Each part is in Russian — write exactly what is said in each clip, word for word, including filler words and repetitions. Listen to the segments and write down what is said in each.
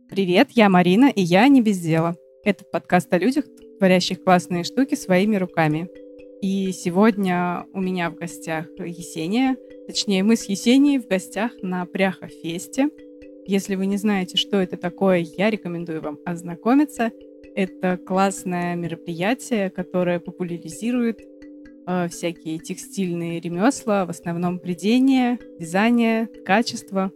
Привет, я Марина, и я не без дела. Это подкаст о людях, творящих классные штуки своими руками. И сегодня у меня в гостях Есения. Точнее, мы с Есенией в гостях на Пряхо-фесте. Если вы не знаете, что это такое, я рекомендую вам ознакомиться. Это классное мероприятие, которое популяризирует э, всякие текстильные ремесла, в основном прядение, вязание, ткачество.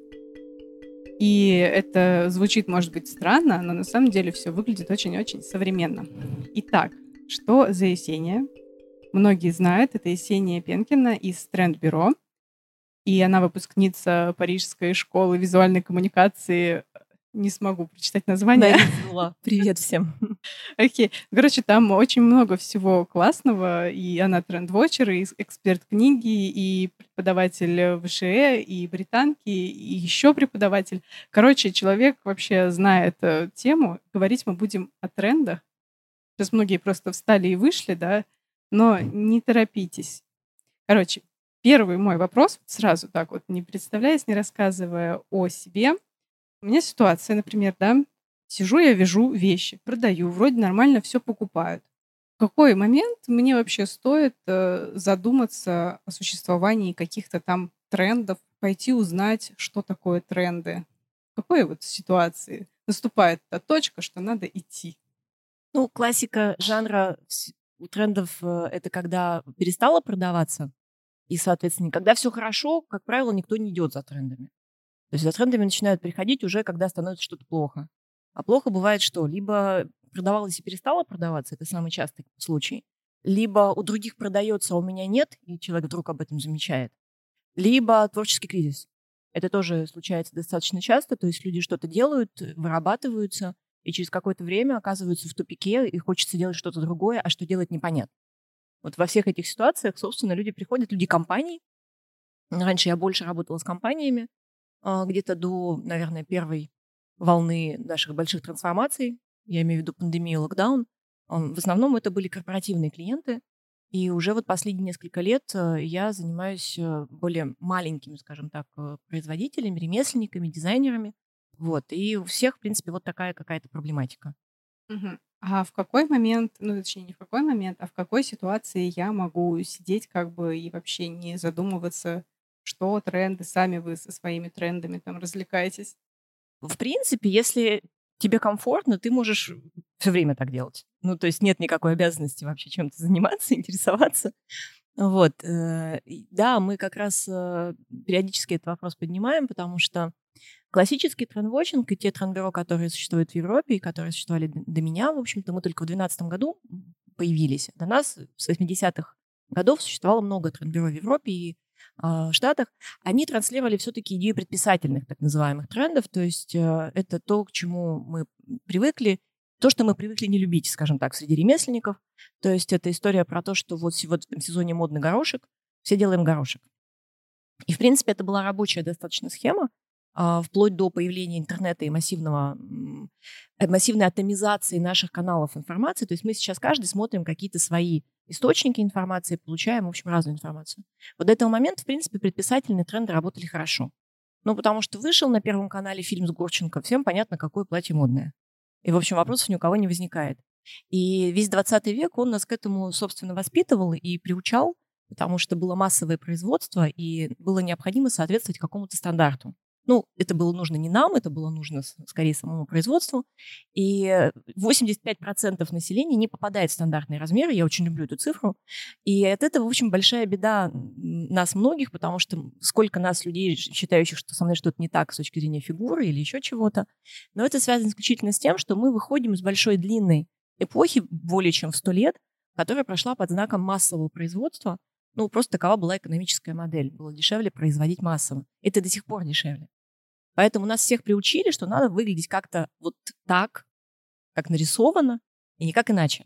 И это звучит, может быть, странно, но на самом деле все выглядит очень-очень современно. Итак, что за Есения? Многие знают, это Есения Пенкина из Тренд-бюро, и она выпускница Парижской школы визуальной коммуникации. Не смогу прочитать название. Навезла. Привет всем. Окей. Короче, там очень много всего классного, и она тренд-вотчер, и эксперт книги, и преподаватель в ВШЭ, и британки, и еще преподаватель. Короче, человек вообще знает э, тему. Говорить мы будем о трендах. Сейчас многие просто встали и вышли, да, но не торопитесь. Короче, первый мой вопрос, сразу так вот, не представляясь, не рассказывая о себе. У меня ситуация, например, да, сижу я, вяжу вещи, продаю, вроде нормально все покупают. В какой момент мне вообще стоит э, задуматься о существовании каких-то там трендов, пойти узнать, что такое тренды? В какой вот ситуации наступает та точка, что надо идти? Ну, классика жанра вс- у трендов э, это когда перестало продаваться, и, соответственно, когда все хорошо, как правило, никто не идет за трендами. То есть за трендами начинают приходить уже, когда становится что-то плохо. А плохо бывает что? Либо продавалось и перестало продаваться, это самый частый случай, либо у других продается, а у меня нет, и человек вдруг об этом замечает, либо творческий кризис. Это тоже случается достаточно часто, то есть люди что-то делают, э, вырабатываются, и через какое-то время оказываются в тупике, и хочется делать что-то другое, а что делать непонятно. Вот во всех этих ситуациях, собственно, люди приходят, люди компаний. Раньше я больше работала с компаниями, а, где-то до, наверное, первой волны наших больших трансформаций, я имею в виду пандемию, локдаун. Ам, В основном это были корпоративные клиенты, и уже вот последние несколько лет э, я занимаюсь э, более маленькими, скажем так, э, производителями, ремесленниками, дизайнерами. Вот, и у всех, в принципе, вот такая какая-то проблематика. Мгм. А в какой момент, ну, точнее, не в какой момент, а в какой ситуации я могу сидеть как бы и вообще не задумываться, что тренды, сами вы со своими трендами там развлекаетесь? В принципе, если тебе комфортно, ты можешь все время так делать. Ну, то есть нет никакой обязанности вообще чем-то заниматься, интересоваться. Вот, э, и да, мы как раз э, периодически этот вопрос поднимаем, потому что классический трендвотчинг и те трендбюро, которые существуют в Европе и которые существовали д- до меня, в общем-то, мы только в две тысячи двенадцатом году появились. До нас с восьмидесятых годов существовало много трендбюро в Европе и а, Штатах. Они транслировали все-таки идею предписательных так называемых трендов, то есть э, это то, к чему мы привыкли, то, что мы привыкли не любить, скажем так, среди ремесленников. То есть это история про то, что вот, се- вот в этом сезоне модный горошек, все делаем горошек. И, в принципе, это была рабочая достаточно схема, а, вплоть до появления интернета и массивного, м, э, массивной атомизации наших каналов информации. То есть мы сейчас каждый смотрим какие-то свои источники информации, получаем, в общем, разную информацию. Вот до этого момента, в принципе, предписательные тренды работали хорошо. Ну, потому что вышел на Первом канале фильм с Гурченко, всем понятно, какое платье модное. И, в общем, вопросов ни у кого не возникает. И весь двадцатый век, он нас к этому, собственно, воспитывал и приучал, потому что было массовое производство, и было необходимо соответствовать какому-то стандарту. Ну, это было нужно не нам, это было нужно с- скорее самому производству. И э, восемьдесят пять процентов населения не попадает в стандартные размеры, я очень люблю эту цифру. И от этого, в общем, большая беда м, нас многих, потому что сколько нас людей, ш- считающих, что со мной что-то не так с точки зрения фигуры или еще чего-то. Но это связано исключительно с тем, что мы выходим из большой длинной эпохи более чем в сто лет, которая прошла под знаком массового производства. Ну, просто такова была экономическая модель. Было дешевле производить массово. Это до сих пор дешевле. Поэтому нас всех приучили, что надо выглядеть как-то вот так, как нарисовано, и никак иначе.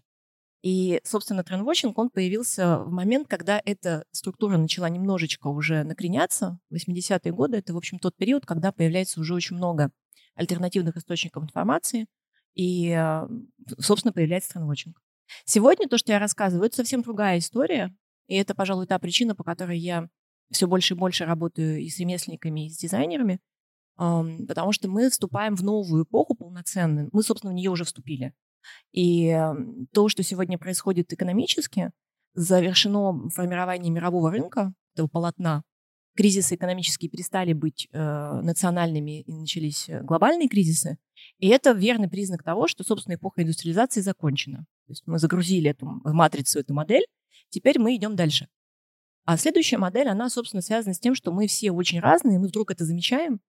И, собственно, трендвотчинг, он появился в момент, когда эта структура начала немножечко уже накреняться. восьмидесятые годы — это, в общем, тот период, когда появляется уже очень много альтернативных источников информации, и, э, собственно, появляется трендвотчинг. Сегодня то, что я рассказываю, это совсем другая история, и это, пожалуй, та причина, по которой я все больше и больше работаю и с ремесленниками, и с дизайнерами, потому что мы вступаем в новую эпоху полноценную. Мы, собственно, в нее уже вступили. И то, что сегодня происходит экономически, завершено формирование мирового рынка, этого полотна. Кризисы экономические перестали быть э, национальными, и начались глобальные кризисы. И это верный признак того, что, собственно, эпоха индустриализации закончена. То есть мы загрузили эту в матрицу эту модель, теперь мы идем дальше. А следующая модель, она, собственно, связана с тем, что мы все очень разные, мы вдруг это замечаем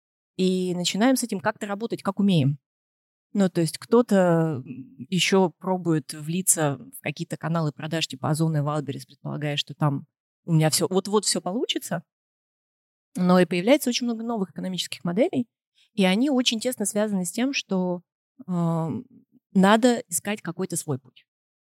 и начинаем с этим как-то работать, как умеем. Ну, то есть кто-то еще пробует влиться в какие-то каналы продаж типа Озона и Wildberries, предполагая, что там у меня все вот-вот все получится. Но и появляется очень много новых экономических моделей, и они очень тесно связаны с тем, что э, надо искать какой-то свой путь.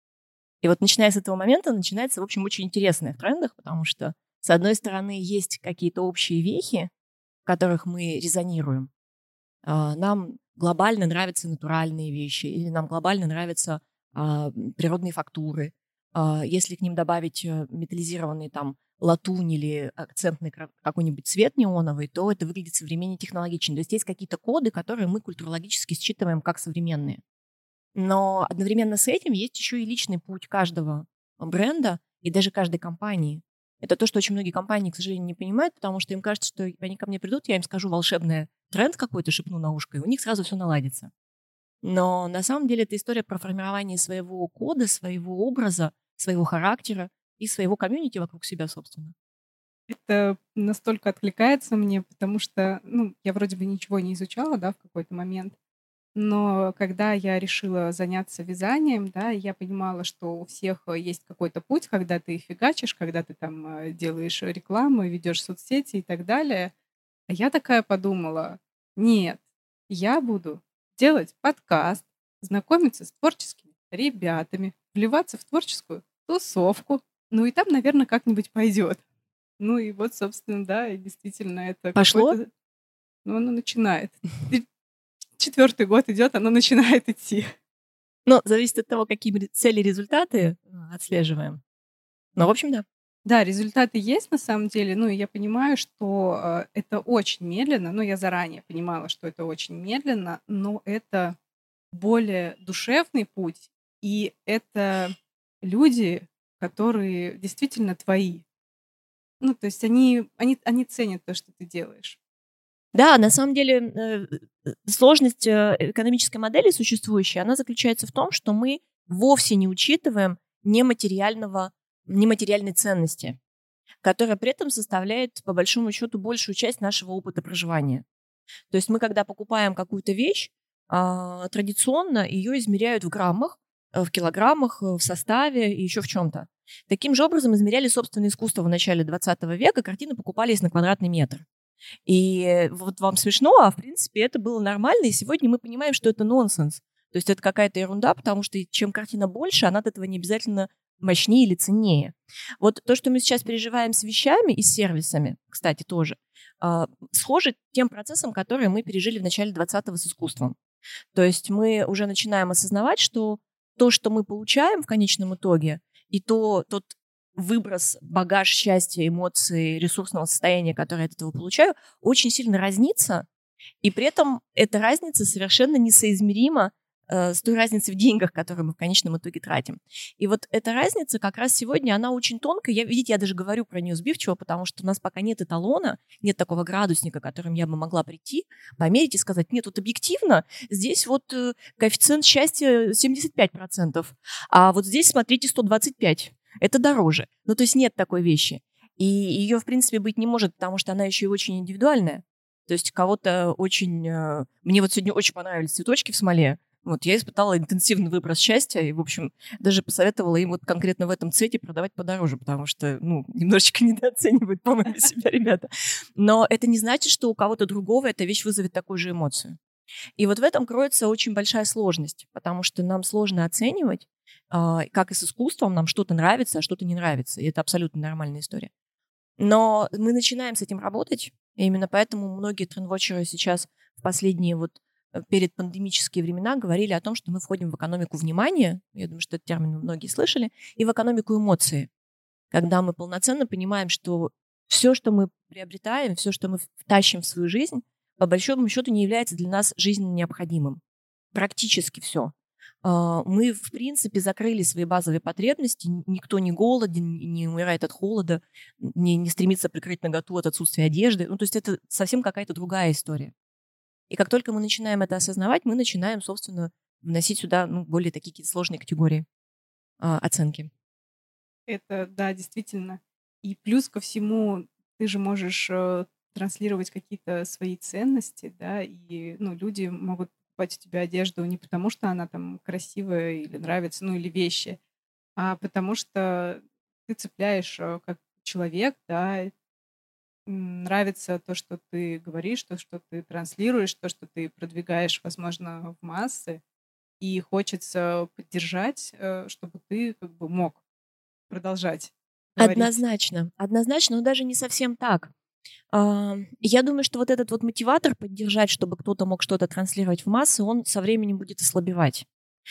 И вот начиная с этого момента начинается, в общем, очень интересное в трендах, потому что, с одной стороны, есть какие-то общие вехи, в которых мы резонируем. Э, нам глобально нравятся натуральные вещи, или нам глобально нравятся э, природные фактуры. Э, если к ним добавить металлизированные там латунь или акцентный какой-нибудь цвет неоновый, то это выглядит современнее, технологично. То есть есть какие-то коды, которые мы культурологически считываем как современные. Но одновременно с этим есть еще и личный путь каждого бренда и даже каждой компании. Это то, что очень многие компании, к сожалению, не понимают, потому что им кажется, что они ко мне придут, я им скажу волшебный тренд какой-то, шепну на ушко, и у них сразу все наладится. Но на самом деле это история про формирование своего кода, своего образа, своего характера и своего комьюнити вокруг себя, собственно. Это настолько откликается мне, потому что, ну, я вроде бы ничего не изучала, да, в какой-то момент, но когда я решила заняться вязанием, да, я понимала, что у всех есть какой-то путь, когда ты фигачишь, когда ты там делаешь рекламу, ведешь соцсети и так далее. А я такая подумала, нет, я буду делать подкаст, знакомиться с творческими ребятами, вливаться в творческую тусовку. Ну и там, наверное, как-нибудь пойдет. Ну и вот, собственно, да, и действительно это Пошло? какой-то... Ну, оно начинает. Четвертый год идет, оно начинает идти. Ну, зависит от того, какие цели и результаты отслеживаем. Но, в общем, да. Да, результаты есть на самом деле. Ну, и я понимаю, что э, это очень медленно. Ну, я заранее понимала, что это очень медленно, но это более душевный путь. И это люди, которые действительно твои. Ну, то есть они, они, они ценят то, что ты делаешь. Да, на самом деле сложность экономической модели существующей, она заключается в том, что мы вовсе не учитываем нематериального, нематериальной ценности, которая при этом составляет, по большому счету, большую часть нашего опыта проживания. То есть мы, когда покупаем какую-то вещь, традиционно ее измеряют в граммах, в килограммах, в составе и еще в чем-то. Таким же образом измеряли собственное искусство в начале двадцатого века, картины покупались на квадратный метр. И вот вам смешно, а в принципе это было нормально, и сегодня мы понимаем, что это нонсенс. То есть это какая-то ерунда, потому что чем картина больше, она от этого не обязательно мощнее или ценнее. Вот то, что мы сейчас переживаем с вещами и с сервисами, кстати, тоже, схоже тем процессом, который мы пережили в начале двадцатого с искусством. То есть мы уже начинаем осознавать, что то, что мы получаем в конечном итоге, и то, тот выброс, багаж счастья, эмоций, ресурсного состояния, которое я от этого получаю, очень сильно разнится, и при этом эта разница совершенно несоизмерима э, с той разницей в деньгах, которую мы в конечном итоге тратим. И вот эта разница как раз сегодня, она очень тонкая. Я, видите, я даже говорю про нее сбивчиво, потому что у нас пока нет эталона, нет такого градусника, которым я бы могла прийти, померить и сказать, нет, вот объективно здесь вот э, коэффициент счастья семьдесят пять процентов, а вот здесь, смотрите, сто двадцать пять процентов. Это дороже. Ну, то есть нет такой вещи. И ее, в принципе, быть не может, потому что она еще и очень индивидуальная. То есть кого-то очень... Мне вот сегодня очень понравились цветочки в смоле. Вот я испытала интенсивный выброс счастья и, в общем, даже посоветовала им вот конкретно в этом цвете продавать подороже, потому что, ну, немножечко недооценивают, по-моему, себя ребята. Но это не значит, что у кого-то другого эта вещь вызовет такую же эмоцию. И вот в этом кроется очень большая сложность, потому что нам сложно оценивать, как и с искусством, нам что-то нравится, а что-то не нравится. И это абсолютно нормальная история. Но мы начинаем с этим работать, и именно поэтому многие трендвотчеры сейчас в последние вот перед пандемические времена говорили о том, что мы входим в экономику внимания, я думаю, что этот термин многие слышали, и в экономику эмоций, когда мы полноценно понимаем, что все, что мы приобретаем, все, что мы втащим в свою жизнь, по большому счету не является для нас жизненно необходимым. Практически все. Мы, в принципе, закрыли свои базовые потребности. Никто не голоден, не умирает от холода, не, не стремится прикрыть наготу от отсутствия одежды. Ну, то есть это совсем какая-то другая история. И как только мы начинаем это осознавать, мы начинаем, собственно, вносить сюда ну, более такие какие-то сложные категории а, оценки. Это, да, действительно. И плюс ко всему, ты же можешь э, транслировать какие-то свои ценности, да, и ну, люди могут покупать у тебя одежду не потому, что она там красивая или нравится, ну или вещи, а потому что ты цепляешь э, как человек, да, м, нравится то, что ты говоришь, то, что ты транслируешь, то, что ты продвигаешь, возможно, в массы, и хочется поддержать, э, чтобы ты как бы мог продолжать говорить. Однозначно, однозначно, но даже не совсем так. А, Я думаю, что вот этот вот мотиватор поддержать, чтобы кто-то мог что-то транслировать в массы, он со временем будет ослабевать.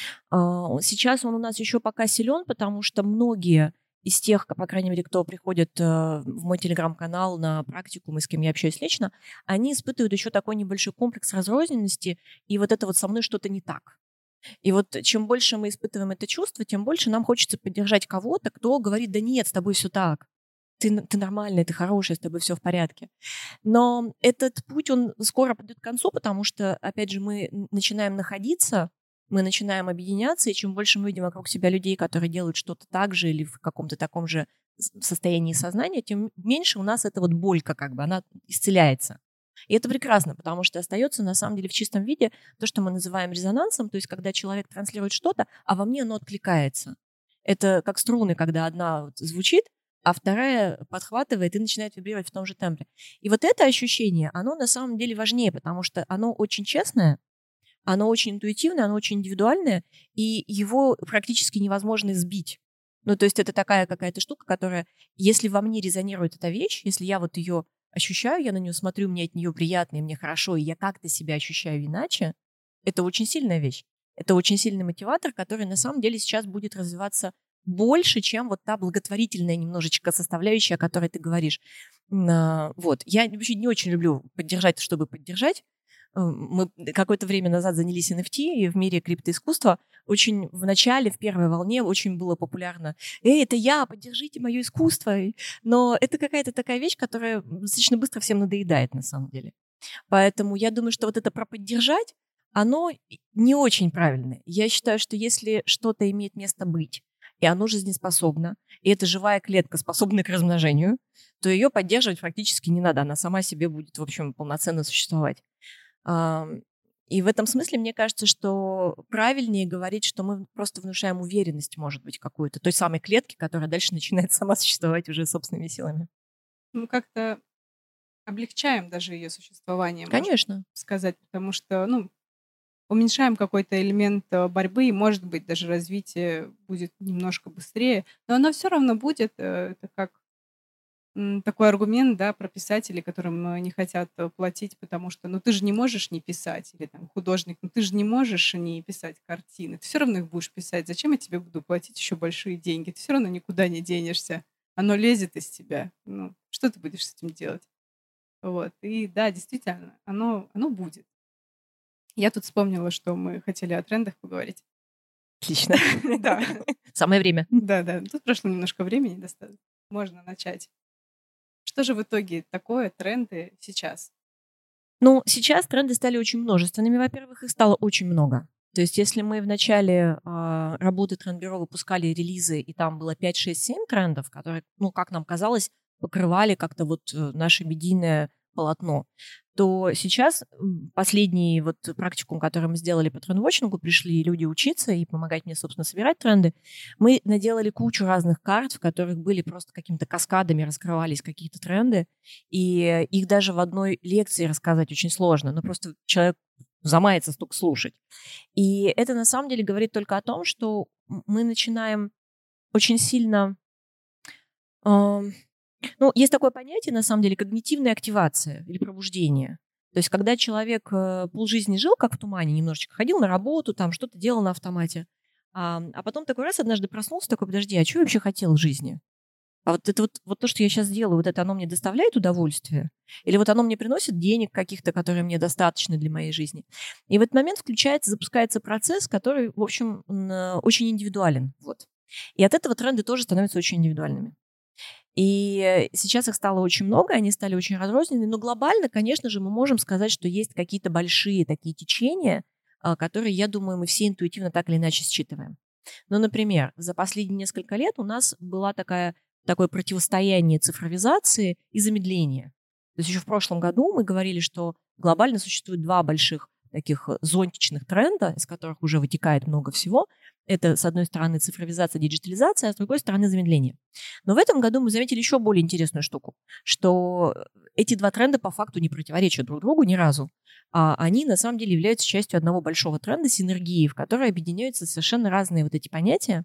А, он- Сейчас он у нас еще пока силен, потому что многие из тех, по крайней мере, кто приходит э, в мой телеграм-канал на практику, мы с кем я общаюсь лично, они испытывают еще такой небольшой комплекс разрозненности, и вот это вот со мной что-то не так. И вот чем больше мы испытываем это чувство, тем больше нам хочется поддержать кого-то, кто говорит, да нет, с тобой все так. Ты, н- ты нормальная, ты хорошая, с тобой все в порядке. Но этот путь, он скоро придет к концу, потому что, опять же, мы н- начинаем находиться, мы начинаем объединяться, и чем больше мы видим вокруг себя людей, которые делают что-то так же или в каком-то таком же с- состоянии сознания, тем меньше у нас эта вот болька, как бы, она исцеляется. И это прекрасно, потому что остается на самом деле в чистом виде то, что мы называем резонансом, то есть когда человек транслирует что-то, а во мне оно откликается. Это как струны, когда одна вот звучит, а вторая подхватывает и начинает вибрировать в том же темпе. И вот это ощущение, оно на самом деле важнее, потому что оно очень честное, оно очень интуитивное, оно очень индивидуальное, и его практически невозможно сбить. Ну, то есть это такая какая-то штука, которая, если во мне резонирует эта вещь, если я вот ее ощущаю, я на нее смотрю, мне от нее приятно, и мне хорошо, и я как-то себя ощущаю иначе, это очень сильная вещь. Это очень сильный мотиватор, который на самом деле сейчас будет развиваться больше, чем вот та благотворительная немножечко составляющая, о которой ты говоришь. М, а, Вот. Я вообще не очень люблю поддержать, чтобы поддержать. Э, Мы какое-то время назад занялись эн эф ти, и в мире криптоискусства очень в начале, в первой волне очень было популярно. «Эй, это я, поддержите мое искусство!» И- Но это какая-то такая вещь, которая достаточно быстро всем надоедает на самом деле. Поэтому я думаю, что вот это про поддержать, оно и не очень правильное. Я считаю, что если что-то имеет место быть, и оно жизнеспособно, и это живая клетка, способная к размножению, то ее поддерживать практически не надо. Она сама себе будет, в общем, полноценно существовать. Ам, И в этом смысле мне кажется, что правильнее говорить, что мы просто внушаем уверенность, может быть, какую-то, той самой клетки, которая дальше начинает сама существовать уже собственными силами. Мы как-то облегчаем даже ее существование, можно Конечно. сказать, потому что, ну, уменьшаем какой-то элемент э, борьбы, и, может быть, даже развитие будет немножко быстрее, но оно все равно будет. э, Это как м, такой аргумент, да, про писателей, которым э, не хотят э, платить, потому что, ну, ты же не можешь не писать, или там художник, ну, ты же не можешь не писать картины, ты все равно их будешь писать, зачем я тебе буду платить еще большие деньги, ты все равно никуда не денешься, оно лезет из тебя, ну, что ты будешь с этим делать? Вот, и да, действительно, оно, оно будет. Я тут вспомнила, что мы хотели о трендах поговорить. Отлично. Да, Самое время. да, да, тут прошло немножко времени достаточно. Можно начать. Что же в итоге такое тренды сейчас? Ну, сейчас тренды стали очень множественными. Во-первых, их стало очень много. То есть, если мы в начале а, работы трендбюро выпускали релизы, и там было пять, шесть, семь трендов, которые, ну, как нам казалось, покрывали как-то вот э, наше медийное полотно, то сейчас м, последний вот практикум, который мы сделали по трендвотчингу, пришли люди учиться и помогать мне, собственно, собирать тренды. Мы наделали кучу разных карт, в которых были просто какими-то каскадами раскрывались какие-то тренды, и их даже в одной лекции рассказать очень сложно. Ну, просто человек замается столько слушать. И это на самом деле говорит только о том, что м- мы начинаем очень сильно... ам, ну, есть такое понятие, на самом деле, когнитивная активация или пробуждение. То есть, когда человек э, полжизни жил как в тумане, немножечко ходил на работу, там что-то делал на автомате, а, а потом такой раз однажды проснулся, такой, подожди, а что я вообще хотел в жизни? А вот это вот, вот то, что я сейчас делаю, вот это оно мне доставляет удовольствие? Или вот оно мне приносит денег каких-то, которые мне достаточны для моей жизни? И в этот момент включается, запускается процесс, который, в общем, н- очень индивидуален. Вот. И от этого тренды тоже становятся очень индивидуальными. И сейчас их стало очень много, они стали очень разрозненными, но глобально, конечно же, мы можем сказать, что есть какие-то большие такие течения, а, которые, я думаю, мы все интуитивно так или иначе считываем. Ну, например, за последние несколько лет у нас была такая, такое противостояние цифровизации и замедления. То есть еще в прошлом году мы говорили, что глобально существует два больших таких э, зонтичных тренда, из которых уже вытекает много всего. Это, с одной стороны, цифровизация, диджитализация, а с другой стороны, замедление. Но в этом году мы заметили еще более интересную штуку, что эти два тренда по факту не противоречат друг другу ни разу, а они на самом деле являются частью одного большого тренда синергии, в которой объединяются совершенно разные вот эти понятия.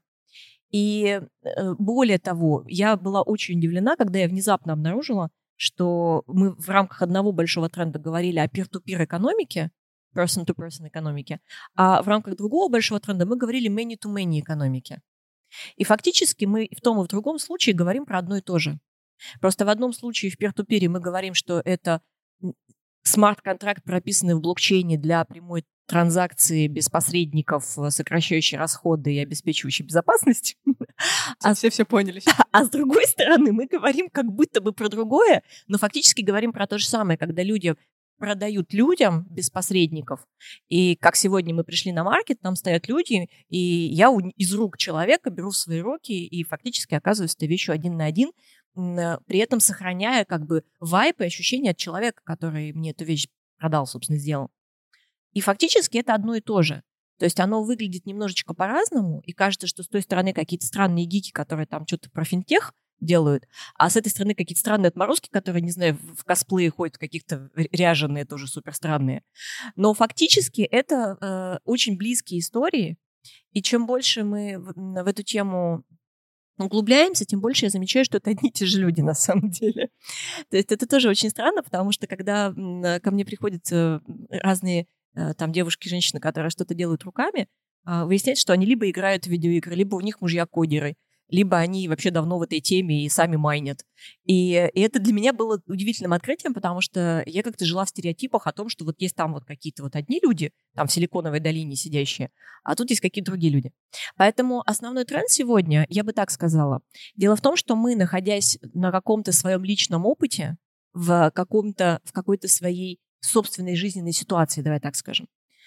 И э, более того, я была очень удивлена, когда я внезапно обнаружила, что мы в рамках одного большого тренда говорили о peer-to-peer экономике, person-to-person экономике, а в рамках другого большого тренда мы говорили many-to-many экономике. И фактически мы в том и в другом случае говорим про одно и то же. Просто в одном случае в peer-to-peer мы говорим, что это смарт-контракт, прописанный в блокчейне для прямой транзакции без посредников, сокращающий расходы и обеспечивающий безопасность. А все все поняли. А с другой стороны, мы говорим как будто бы про другое, но фактически говорим про то же самое, когда люди продают людям без посредников. И как сегодня мы пришли на маркет, там стоят люди, и я из рук человека беру в свои руки и фактически оказываюсь этой вещью один на один, при этом сохраняя как бы вайб и ощущение от человека, который мне эту вещь продал, собственно, сделал. И фактически это одно и то же. То есть оно выглядит немножечко по-разному, и кажется, что с той стороны какие-то странные гики, которые там что-то про финтех делают, а с этой стороны какие-то странные отморозки, которые, не знаю, в косплее ходят, каких-то ряженые, тоже супер странные. Но фактически это э, очень близкие истории, и чем больше мы в, в эту тему углубляемся, тем больше я замечаю, что это одни и те же люди на самом деле. То есть это тоже очень странно, потому что когда ко мне приходят разные там девушки, женщины, которые что-то делают руками, выясняется, что они либо играют в видеоигры, либо у них мужья кодеры, либо они вообще давно в этой теме и сами майнят. И, и это для меня было удивительным открытием, потому что я как-то жила в стереотипах о том, что вот есть там вот какие-то вот одни люди, там в Силиконовой долине сидящие, а тут есть какие-то другие люди. Поэтому основной тренд сегодня, я бы так сказала, дело в том, что мы, находясь на каком-то своем личном опыте, в, каком-то, в какой-то своей собственной жизненной ситуации, давай так скажем,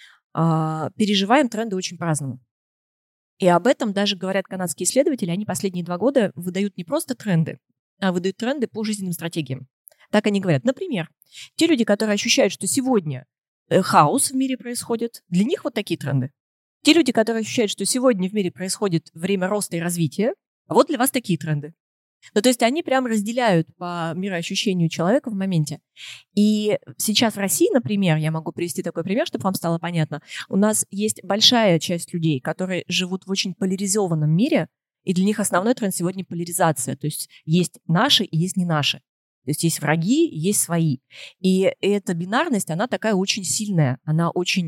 переживаем тренды очень по-разному. И об этом даже говорят канадские исследователи. Они последние два года выдают не просто тренды, а выдают тренды по жизненным стратегиям. Так они говорят. Например, те люди, которые ощущают, что сегодня хаос в мире происходит, для них вот такие тренды. Те люди, которые ощущают, что сегодня в мире происходит время роста и развития, вот для вас такие тренды. Ну, то есть они прям разделяют по мироощущению человека в моменте. И сейчас в России, например, я могу привести такой пример, чтобы вам стало понятно. У нас есть большая часть людей, которые живут в очень поляризованном мире, и для них основной тренд сегодня поляризация. То есть есть наши и есть не наши. То есть есть враги и есть свои. И эта бинарность, она такая очень сильная, она очень,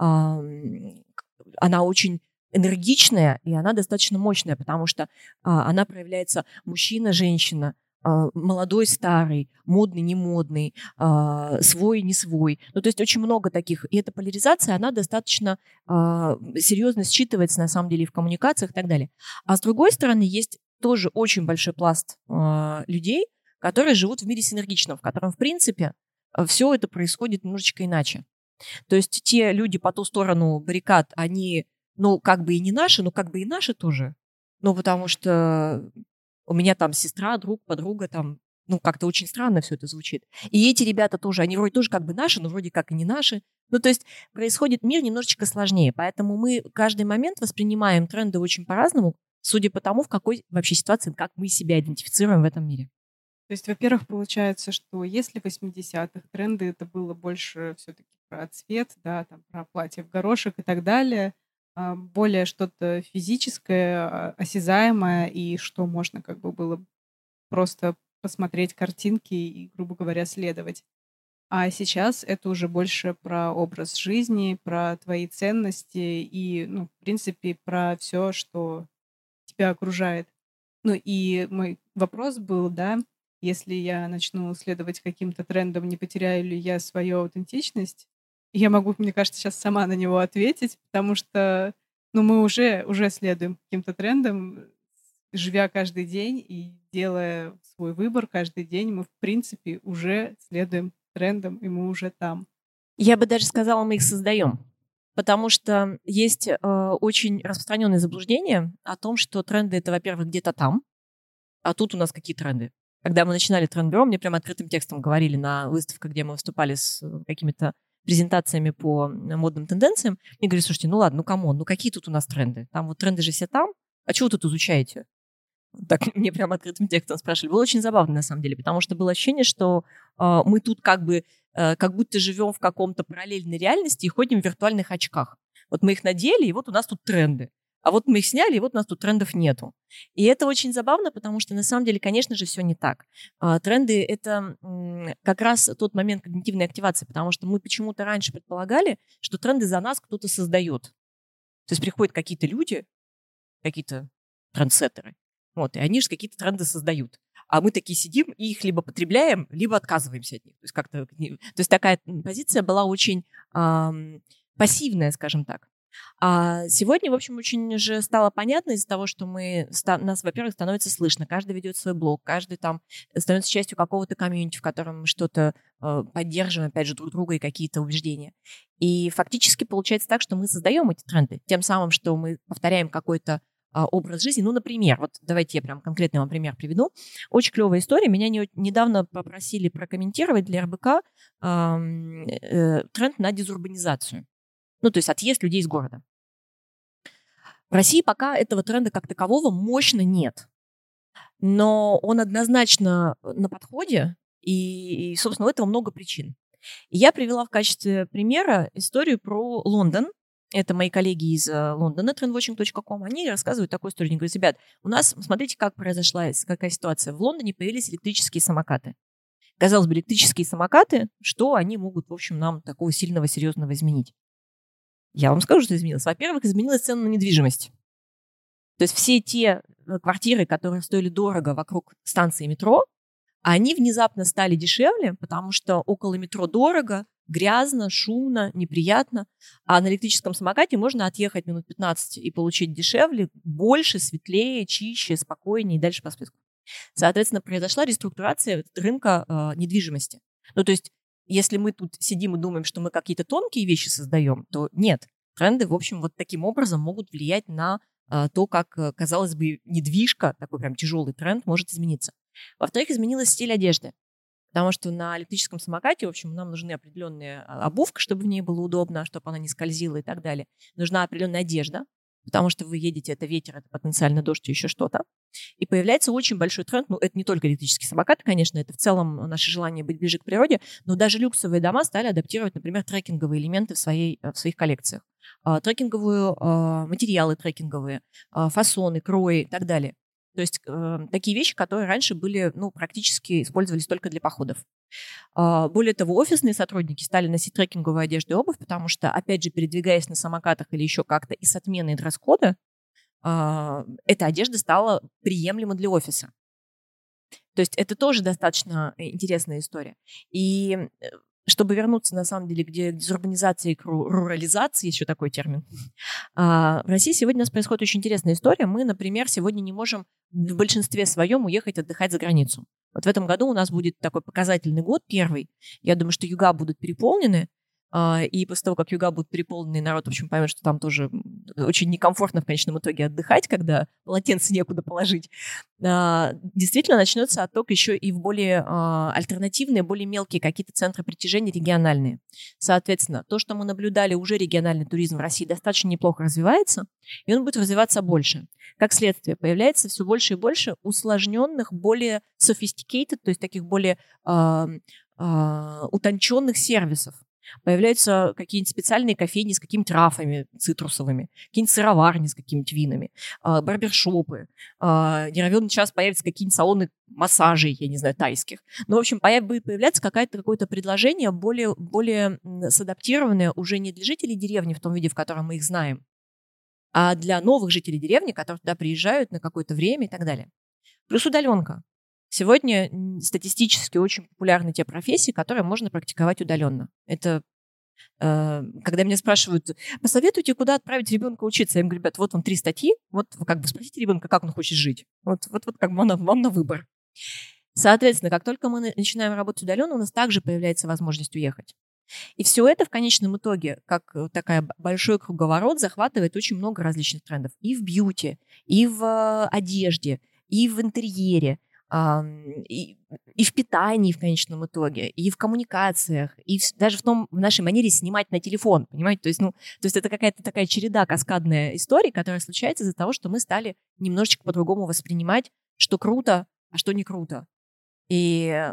э, она очень энергичная, и она достаточно мощная, потому что а, она проявляется мужчина-женщина, а, молодой, старый, модный, не модный, а, свой, не свой. Ну, то есть очень много таких. И эта поляризация, она достаточно а, серьезно считывается, на самом деле, и в коммуникациях и так далее. А с другой стороны, есть тоже очень большой пласт а, людей, которые живут в мире синергичном, в котором, в принципе, все это происходит немножечко иначе. То есть те люди по ту сторону баррикад, они ну, как бы и не наши, но как бы и наши тоже. Ну, потому что у меня там сестра, друг, подруга, там, ну, как-то очень странно все это звучит. И эти ребята тоже, они вроде тоже как бы наши, но вроде как и не наши. Ну, то есть происходит мир немножечко сложнее, поэтому мы каждый момент воспринимаем тренды очень по-разному, судя по тому, в какой вообще ситуации, как мы себя идентифицируем в этом мире. То есть, во-первых, получается, что если в восьмидесятых тренды это было больше все-таки про цвет, да, там, про платье в горошек и так далее, более что-то физическое, осязаемое, и что можно как бы было просто посмотреть картинки и, грубо говоря, следовать. А сейчас это уже больше про образ жизни, про твои ценности и, ну, в принципе, про все, что тебя окружает. Ну и мой вопрос был, да, если я начну следовать каким-то трендам, не потеряю ли я свою аутентичность? Я могу, мне кажется, сейчас сама на него ответить, потому что, ну, мы уже, уже следуем каким-то трендам, живя каждый день и делая свой выбор каждый день, мы, в принципе, уже следуем трендам, и мы уже там. Я бы даже сказала, мы их создаем. Потому что есть э, очень распространенное заблуждение о том, что тренды — это, во-первых, где-то там, а тут у нас какие тренды. Когда мы начинали Трендбюро, мне прямо открытым текстом говорили на выставках, где мы выступали с какими-то презентациями по модным тенденциям. Мне говорили: слушайте, ну ладно, ну камон, ну какие тут у нас тренды? Там вот тренды же все там, а чего вы тут изучаете? Так мне прямо открытым текстом спрашивали. Было очень забавно, на самом деле, потому что было ощущение, что э, мы тут как бы, э, как будто живем в каком-то параллельной реальности и ходим в виртуальных очках. Вот мы их надели, и вот у нас тут тренды. А вот мы их сняли, и вот у нас тут трендов нету. И это очень забавно, потому что на самом деле, конечно же, все не так. А, тренды — это м, как раз тот момент когнитивной активации, потому что мы почему-то раньше предполагали, что тренды за нас кто-то создает. То есть приходят какие-то люди, какие-то трендсеттеры, вот, и они же какие-то тренды создают. А мы такие сидим и их либо потребляем, либо отказываемся от них. То есть, как-то, то есть такая позиция была очень эм, пассивная, скажем так. А сегодня, в общем, очень же стало понятно из-за того, что мы, нас, во-первых, становится слышно, каждый ведет свой блог, каждый там становится частью какого-то комьюнити, в котором мы что-то э, поддерживаем, опять же, друг друга и какие-то убеждения. И фактически получается так, что мы создаем эти тренды, тем самым, что мы повторяем какой-то э, образ жизни. Ну, например, вот давайте я прям конкретный вам пример приведу. Очень клевая история. Меня не, недавно попросили прокомментировать для эр бэ ка э, э, тренд на дезурбанизацию. Ну, то есть отъезд людей из города. В России пока этого тренда как такового мощно нет. Но он однозначно на подходе, и, и собственно, у этого много причин. И я привела в качестве примера историю про Лондон. Это мои коллеги из Лондона, тренд вотчинг точка ком. Они рассказывают такую историю. Они говорят: ребят, у нас, смотрите, как произошла, какая ситуация. В Лондоне появились электрические самокаты. Казалось бы, электрические самокаты, что они могут, в общем, нам такого сильного, серьезного изменить? Я вам скажу, что изменилось. Во-первых, изменилась цена на недвижимость. То есть все те квартиры, которые стоили дорого вокруг станции метро, они внезапно стали дешевле, потому что около метро дорого, грязно, шумно, неприятно. А на электрическом самокате можно отъехать минут пятнадцать и получить дешевле, больше, светлее, чище, спокойнее и дальше по списку. Соответственно, произошла реструктурация рынка э, недвижимости. Ну, то есть если мы тут сидим и думаем, что мы какие-то тонкие вещи создаем, то нет. Тренды, в общем, вот таким образом могут влиять на а, то, как, казалось бы, недвижка, такой прям тяжелый тренд, может измениться. Во-вторых, изменился стиль одежды. Потому что на электрическом самокате, в общем, нам нужны определенные обувка, чтобы в ней было удобно, чтобы она не скользила и так далее. Нужна определенная одежда, потому что вы едете, это ветер, это потенциально дождь и еще что-то. И появляется очень большой тренд, ну, это не только электрические самокаты, конечно, это в целом наше желание быть ближе к природе, но даже люксовые дома стали адаптировать, например, трекинговые элементы в, своей, в своих коллекциях. А, трекинговые а, материалы трекинговые, а, фасоны, крои и так далее. То есть э, такие вещи, которые раньше были, ну, практически использовались только для походов. А, более того, офисные сотрудники стали носить трекинговую одежду и обувь, потому что, опять же, передвигаясь на самокатах или еще как-то и с отменой дресс-кода, а, эта одежда стала приемлема для офиса. То есть это тоже достаточно интересная история. И чтобы вернуться, на самом деле, к дезурбанизации и к рурализации, еще такой термин, в России сегодня у нас происходит очень интересная история. Мы, например, сегодня не можем в большинстве своем уехать отдыхать за границу. Вот в этом году у нас будет такой показательный год, первый. Я думаю, что юга будут переполнены, и после того, как юга будут переполнены, народ, в общем, поймет, что там тоже очень некомфортно в конечном итоге отдыхать, когда полотенце некуда положить. Действительно начнется отток еще и в более альтернативные, более мелкие какие-то центры притяжения региональные. Соответственно, то, что мы наблюдали, уже региональный туризм в России достаточно неплохо развивается, и он будет развиваться больше. Как следствие, появляется все больше и больше усложненных, более sophisticated, то есть таких более э, э, утонченных сервисов. Появляются какие-нибудь специальные кофейни с какими-то рафами цитрусовыми, какие-нибудь сыроварни с какими-нибудь винами, э, барбершопы. Э, не равен час появятся какие-нибудь салоны массажей, я не знаю, тайских. Но, в общем, будет появляться какое-то, какое-то предложение более, более садаптированное уже не для жителей деревни в том виде, в котором мы их знаем, а для новых жителей деревни, которые туда приезжают на какое-то время и так далее. Плюс удаленка. Сегодня статистически очень популярны те профессии, которые можно практиковать удаленно. Это э, когда меня спрашивают, посоветуйте, куда отправить ребенка учиться. Я им говорю, ребят, вот вам три статьи, вот вы как бы спросите ребенка, как он хочет жить. Вот, вот, вот как бы вам, вам на выбор. Соответственно, как только мы начинаем работать удаленно, у нас также появляется возможность уехать. И все это в конечном итоге, как такая большой круговорот, захватывает очень много различных трендов. И в бьюти, и в одежде, и в интерьере, и, и в питании в конечном итоге, и в коммуникациях, и в, даже в том, в нашей манере снимать на телефон, понимаете? То есть, ну, то есть это какая-то такая череда, каскадная история, которая случается из-за того, что мы стали немножечко по-другому воспринимать, что круто, а что не круто. И,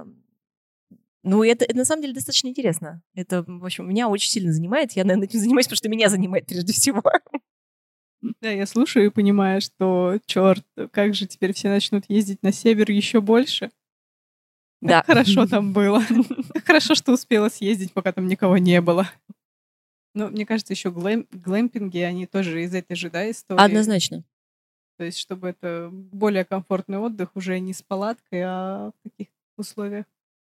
ну, это, это на самом деле достаточно интересно. Это, в общем, меня очень сильно занимает. Я, наверное, этим занимаюсь, потому что меня занимает прежде всего. Да, я слушаю и понимаю, что, черт, как же теперь все начнут ездить на север еще больше. Да. Как хорошо там было. Как хорошо, что успела съездить, пока там никого не было. Но мне кажется, еще глэм, глэмпинги, они тоже из этой же, да, истории. Однозначно. То есть, чтобы это более комфортный отдых, уже не с палаткой, а в таких условиях.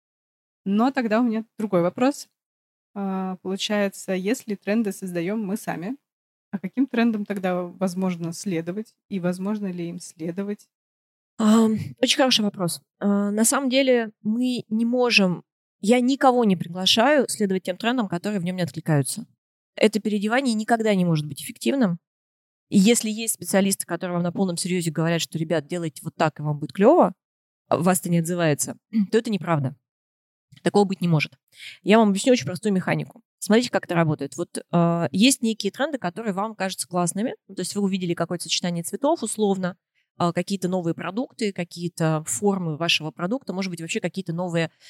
Но тогда у меня другой вопрос. А, получается, если тренды создаем мы сами, а каким трендам тогда возможно следовать? И возможно ли им следовать? А, очень хороший вопрос. А, на самом деле мы не можем... Я никого не приглашаю следовать тем трендам, которые в нем не откликаются. Это переодевание никогда не может быть эффективным. И если есть специалисты, которые вам на полном серьезе говорят, что, ребят, делайте вот так, и вам будет клево, а вас это не отзывается, то это неправда. Такого быть не может. Я вам объясню очень простую механику. Смотрите, как это работает. Вот э, есть некие тренды, которые вам кажутся классными. То есть вы увидели какое-то сочетание цветов условно, э, какие-то новые продукты, какие-то формы вашего продукта, может быть, вообще какие-то новые, э,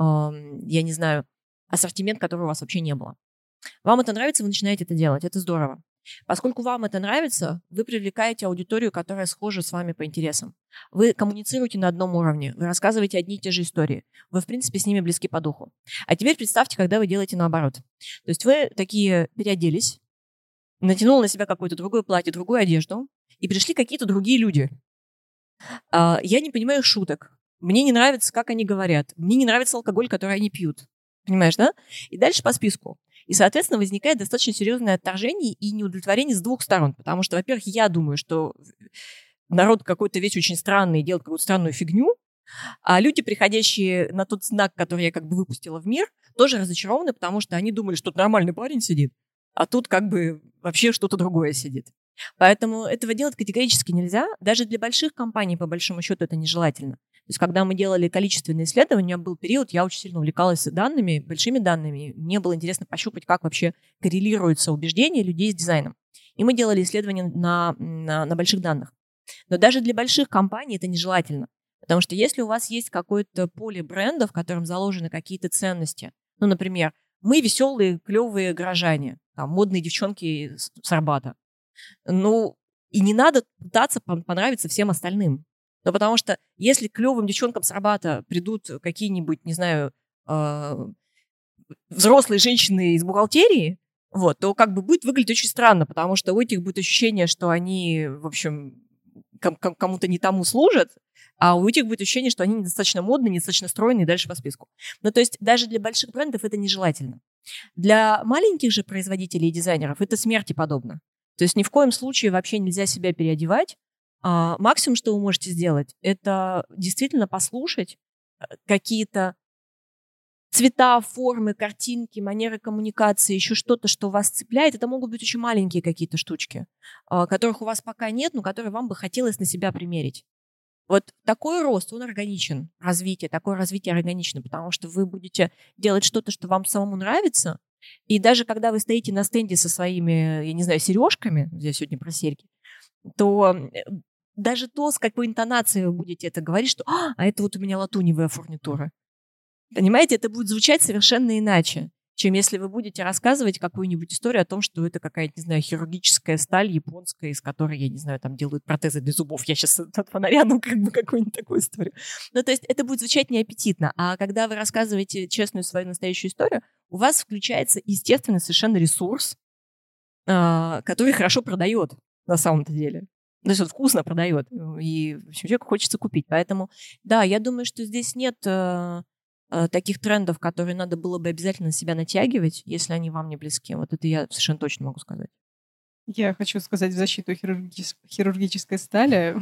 я не знаю, ассортимент, которого у вас вообще не было. Вам это нравится, вы начинаете это делать. Это здорово. Поскольку вам это нравится, вы привлекаете аудиторию, которая схожа с вами по интересам. Вы коммуницируете на одном уровне, вы рассказываете одни и те же истории. Вы, в принципе, с ними близки по духу. А теперь представьте, когда вы делаете наоборот. То есть вы такие переоделись, натянули на себя какое-то другое платье, другую одежду, и пришли какие-то другие люди. А, я не понимаю их шуток. Мне не нравится, как они говорят. Мне не нравится алкоголь, который они пьют. Понимаешь, да? И дальше по списку. И, соответственно, возникает достаточно серьезное отторжение и неудовлетворение с двух сторон. Потому что, во-первых, я думаю, что народ какой-то весь очень странный, делает какую-то странную фигню, а люди, приходящие на тот знак, который я как бы выпустила в мир, тоже разочарованы, потому что они думали, что тут нормальный парень сидит, а тут как бы вообще что-то другое сидит. Поэтому этого делать категорически нельзя. Даже для больших компаний, по большому счету, это нежелательно. То есть, когда мы делали количественные исследования, у меня был период, я очень сильно увлекалась данными, большими данными. Мне было интересно пощупать, как вообще коррелируются убеждения людей с дизайном. И мы делали исследования на, на, на больших данных. Но даже для больших компаний это нежелательно. Потому что если у вас есть какое-то поле бренда, в котором заложены какие-то ценности, ну, например, мы веселые, клевые горожане, там, модные девчонки с, с Арбата, ну, и не надо пытаться понравиться всем остальным. Ну, потому что если к клевым девчонкам с Арбата придут какие-нибудь, не знаю, э, взрослые женщины из бухгалтерии, вот, то как бы будет выглядеть очень странно, потому что у этих будет ощущение, что они, в общем, ком- ком- кому-то не тому служат, а у этих будет ощущение, что они недостаточно модные, недостаточно стройные и дальше по списку. Ну, то есть даже для больших брендов это нежелательно. Для маленьких же производителей и дизайнеров это смерти подобно. То есть ни в коем случае вообще нельзя себя переодевать. А максимум, что вы можете сделать, это действительно послушать какие-то цвета, формы, картинки, манеры коммуникации, еще что-то, что вас цепляет. Это могут быть очень маленькие какие-то штучки, которых у вас пока нет, но которые вам бы хотелось на себя примерить. Вот такой рост, он органичен, развитие, такое развитие органично, потому что вы будете делать что-то, что вам самому нравится, и даже когда вы стоите на стенде со своими, я не знаю, сережками, я сегодня про серьги, то даже то, с какой интонацией вы будете это говорить, что «А, а это вот у меня латуневая фурнитура». Понимаете, это будет звучать совершенно иначе, чем если вы будете рассказывать какую-нибудь историю о том, что это какая-то, не знаю, хирургическая сталь японская, из которой, я не знаю, там делают протезы для зубов. Я сейчас от фонаря, ну, как бы какую-нибудь такую историю. Ну, то есть это будет звучать неаппетитно. А когда вы рассказываете честную свою настоящую историю, у вас включается естественный совершенно ресурс, который хорошо продает на самом-то деле. То есть он вкусно продает, и в общем, человеку хочется купить. Поэтому, да, я думаю, что здесь нет э, э, таких трендов, которые надо было бы обязательно на себя натягивать, если они вам не близки. Вот это я совершенно точно могу сказать. Я хочу сказать в защиту хирургис- хирургической стали.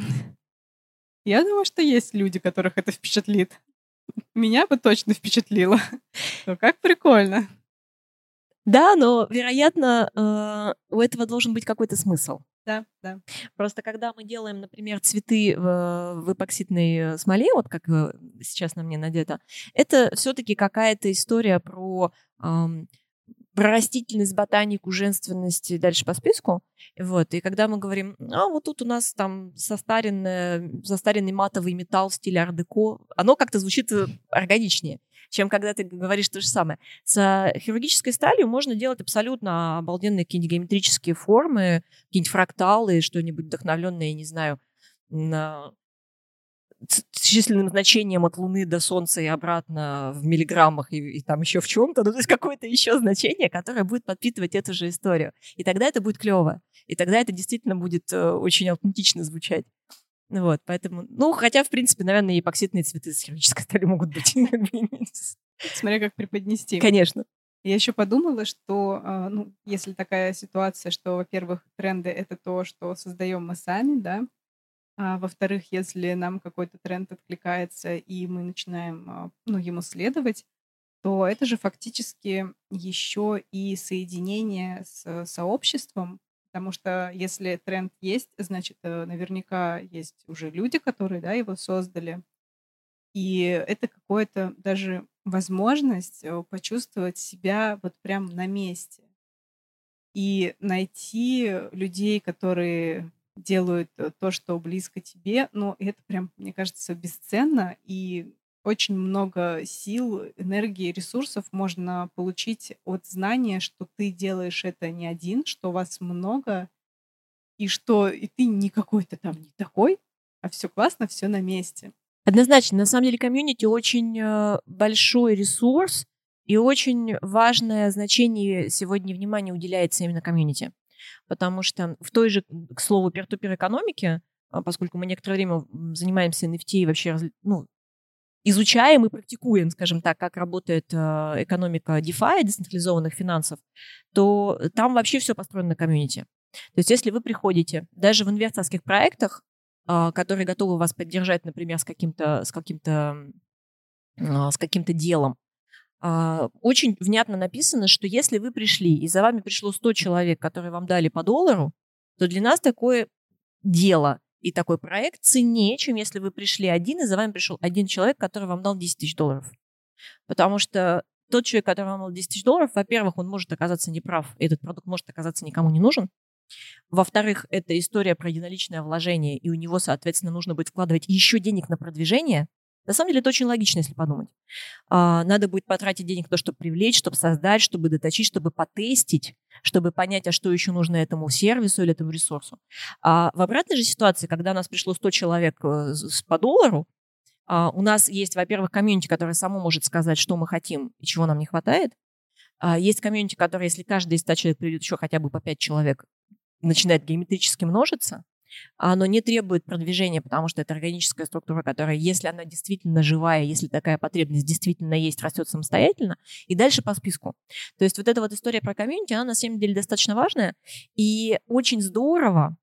Я думаю, что есть люди, которых это впечатлит. Меня бы точно впечатлило. Ну, как прикольно. Да, но, вероятно, э, у этого должен быть какой-то смысл. Да, да. Просто когда мы делаем, например, цветы в, в эпоксидной смоле, вот как э, сейчас на мне надето, это все-таки какая-то история про, эм, про растительность, ботанику, женственность и дальше по списку. Вот. И когда мы говорим, а вот тут у нас там состаренный, состаренный матовый металл в стиле ар-деко, оно как-то звучит органичнее, чем когда ты говоришь то же самое. С хирургической сталью можно делать абсолютно обалденные какие-нибудь геометрические формы, какие-нибудь фракталы, что-нибудь вдохновленное, я не знаю, на... с численным значением от Луны до Солнца и обратно в миллиграммах и, и там еще в чем-то, ну, то есть какое-то еще значение, которое будет подпитывать эту же историю. И тогда это будет клево. И тогда это действительно будет э, очень аутентично звучать. Вот, поэтому, ну, хотя, в принципе, наверное, и эпоксидные цветы с хирургической стали могут быть. Смотря как преподнести. Конечно. Я еще подумала, что, а, ну, если такая ситуация, что, во-первых, тренды — это то, что создаем мы сами, да, а во-вторых, если нам какой-то тренд откликается, и мы начинаем, а, ну, ему следовать, то это же фактически еще и соединение с сообществом, потому что если тренд есть, значит, э, наверняка есть уже люди, которые, да, его создали. И это какое-то даже возможность э, почувствовать себя вот прям на месте и найти людей, которые делают э, то, что близко тебе. Ну, это прям, мне кажется, бесценно, и очень много сил, энергии, ресурсов можно получить от знания, что ты делаешь это не один, что вас много, и что и ты не какой-то там не такой, а все классно, все на месте. Однозначно. На самом деле комьюнити очень э, большой ресурс, и очень важное значение сегодня внимания уделяется именно комьюнити. Потому что в той же, к слову, peer-to-peer экономике, а, поскольку мы некоторое время м, занимаемся эн эф ти и вообще разли- ну, изучаем и практикуем, скажем так, как работает э, экономика DeFi, децентрализованных финансов, то там вообще все построено на комьюнити. То есть если вы приходите даже в инвесторских проектах, а, которые готовы вас поддержать, например, с каким-то, с каким-то, а, с каким-то делом, а, очень внятно написано, что если вы пришли, и за вами пришло сто человек, которые вам дали по доллару, то для нас такое дело и такой проект ценнее, чем если вы пришли один, и за вами пришел один человек, который вам дал десять тысяч долларов. Потому что тот человек, который вам дал десять тысяч долларов, во-первых, он может оказаться неправ, и этот продукт может оказаться никому не нужен. Во-вторых, это история про единоличное вложение, и у него, соответственно, нужно будет вкладывать еще денег на продвижение. На самом деле это очень логично, если подумать. А, надо будет потратить денег на то, чтобы привлечь, чтобы создать, чтобы доточить, чтобы потестить, чтобы понять, а что еще нужно этому сервису или этому ресурсу. А в обратной же ситуации, когда у нас пришло сто человек э, с- по доллару, а, у нас есть, во-первых, комьюнити, которое само может сказать, что мы хотим и чего нам не хватает. А, есть комьюнити, которое, если каждый из ста человек приведет еще хотя бы по пять человек, начинает геометрически множиться, а оно не требует продвижения, потому что это органическая структура, которая, если она действительно живая, если такая потребность действительно есть, растет самостоятельно, и дальше по списку. То есть вот эта вот история про комьюнити, она на самом деле достаточно важная, и очень здорово,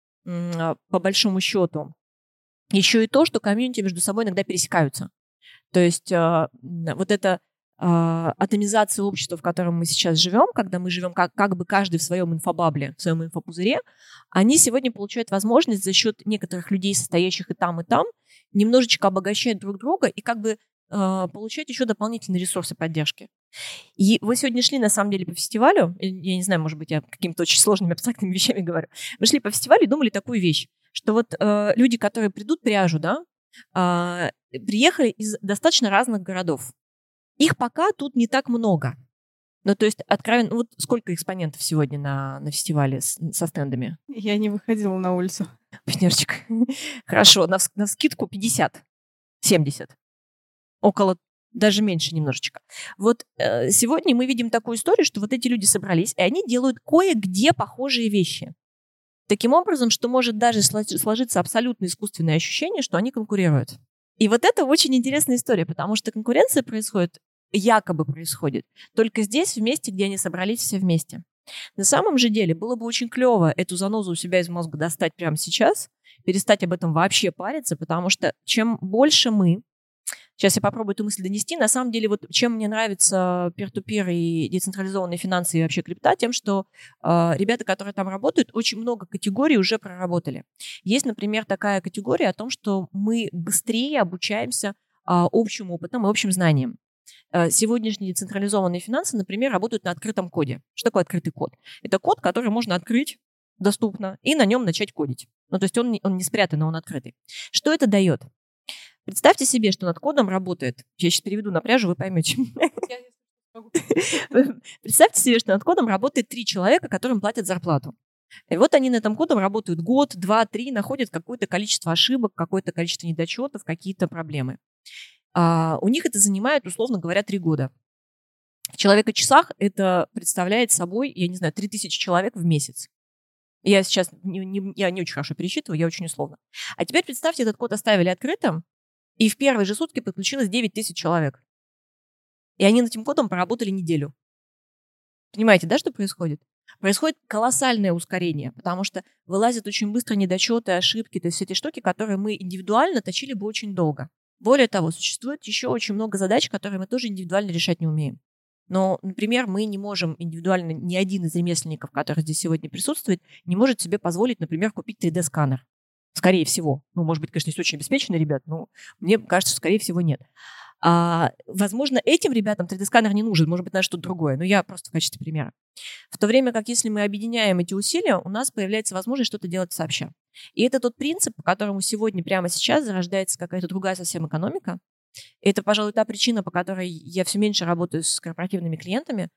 м, по большому счету, еще и то, что комьюнити между собой иногда пересекаются. То есть а, м, вот эта а, атомизация общества, в котором мы сейчас живем, когда мы живем как, как бы каждый в своем инфобабле, в своем инфопузыре, они сегодня получают возможность за счет некоторых людей, состоящих и там, и там, немножечко обогащать друг друга и как бы а, получать еще дополнительные ресурсы поддержки. И вы сегодня шли, на самом деле, по фестивалю, э, я не знаю, может быть, я какими-то очень сложными абстрактными вещами говорю, вы шли по фестивалю и думали такую вещь, что вот э, люди, которые придут пряжу, да, а, приехали из достаточно разных городов. Их пока тут не так много. Ну, то есть, откровенно, ну, вот сколько экспонентов сегодня на, на фестивале с- со стендами? Я не выходила на улицу. Пятнерчик. Хорошо, на, вс- на скидку пятьдесят, семьдесят. Около, даже меньше немножечко. Вот э, сегодня мы видим такую историю, что вот эти люди собрались, и они делают кое-где похожие вещи. Таким образом, что может даже сложиться абсолютно искусственное ощущение, что они конкурируют. И вот это очень интересная история, потому что конкуренция происходит, якобы происходит, только здесь, в месте, где они собрались все вместе. На самом же деле было бы очень клево эту занозу у себя из мозга достать прямо сейчас, перестать об этом вообще париться, потому что чем больше мы, сейчас я попробую эту мысль донести, на самом деле вот чем мне нравится peer-to-peer и децентрализованные финансы и вообще крипта, тем, что э, ребята, которые там работают, очень много категорий уже проработали. Есть, например, такая категория о том, что мы быстрее обучаемся э, общим опытом и общим знаниям. Сегодняшние децентрализованные финансы, например, работают на открытом коде. Что такое открытый код? Это код, который можно открыть доступно и на нем начать кодить. Ну, то есть он, он не спрятан, он открытый. Что это дает? Представьте себе, что над кодом работает... Я сейчас переведу на пляже, вы поймете. Представьте себе, что над кодом работает три человека, которым платят зарплату. И вот они над этим кодом работают год, два, три, находят какое-то количество ошибок, какое-то количество недочетов, какие-то проблемы. А у них это занимает, условно говоря, три года. В человека-часах это представляет собой, я не знаю, три тысячи человек в месяц. Я сейчас не, не, я не очень хорошо пересчитываю, я очень условно. А теперь представьте, этот код оставили открытым, и в первые же сутки подключилось девять тысяч человек. И они над этим кодом поработали неделю. Понимаете, да, что происходит? Происходит колоссальное ускорение, потому что вылазят очень быстро недочеты, ошибки, то есть эти штуки, которые мы индивидуально точили бы очень долго. Более того, существует еще очень много задач, которые мы тоже индивидуально решать не умеем. Но, например, мы не можем индивидуально, ни один из ремесленников, который здесь сегодня присутствует, не может себе позволить, например, купить три дэ-сканер. Скорее всего. Ну, может быть, конечно, есть очень обеспеченные ребята, но мне кажется, что, скорее всего, нет. А, возможно, этим ребятам три дэ-сканер не нужен, может быть, на что-то другое, но я просто в качестве примера. В то время как, если мы объединяем эти усилия, у нас появляется возможность что-то делать сообща. И это тот принцип, по которому сегодня, прямо сейчас, зарождается какая-то другая совсем экономика. И это, пожалуй, та причина, по которой я все меньше работаю с корпоративными клиентами.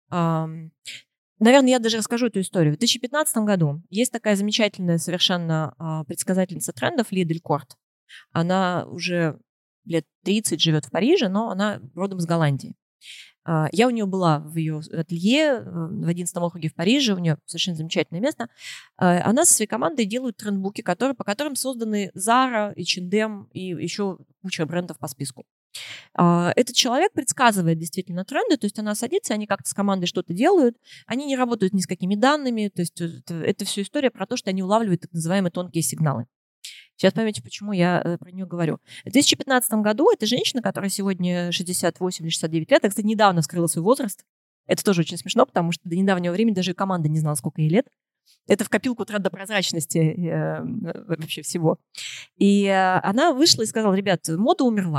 Наверное, я даже расскажу эту историю. В две тысячи пятнадцатом году есть такая замечательная совершенно предсказательница трендов Лия Делькорт. Она уже лет тридцать живет в Париже, но она родом из Голландии. Я у нее была в ее ателье в одиннадцатом округе в Париже, у нее совершенно замечательное место. Она со своей командой делает трендбуки, которые, по которым созданы Zara, эйч энд эм и еще куча брендов по списку. Этот человек предсказывает действительно тренды, то есть она садится, они как-то с командой что-то делают, они не работают ни с какими данными, то есть это, это все история про то, что они улавливают так называемые тонкие сигналы. Сейчас поймете, почему я про нее говорю. В две тысячи пятнадцатом году эта женщина, которая сегодня шестьдесят восемь или шестьдесят девять лет, я, кстати, недавно скрыла свой возраст. Это тоже очень смешно, потому что до недавнего времени даже команда не знала, сколько ей лет. Это в копилку трендопрозрачности э, вообще всего. И э, она вышла и сказала: ребят, мода умерла.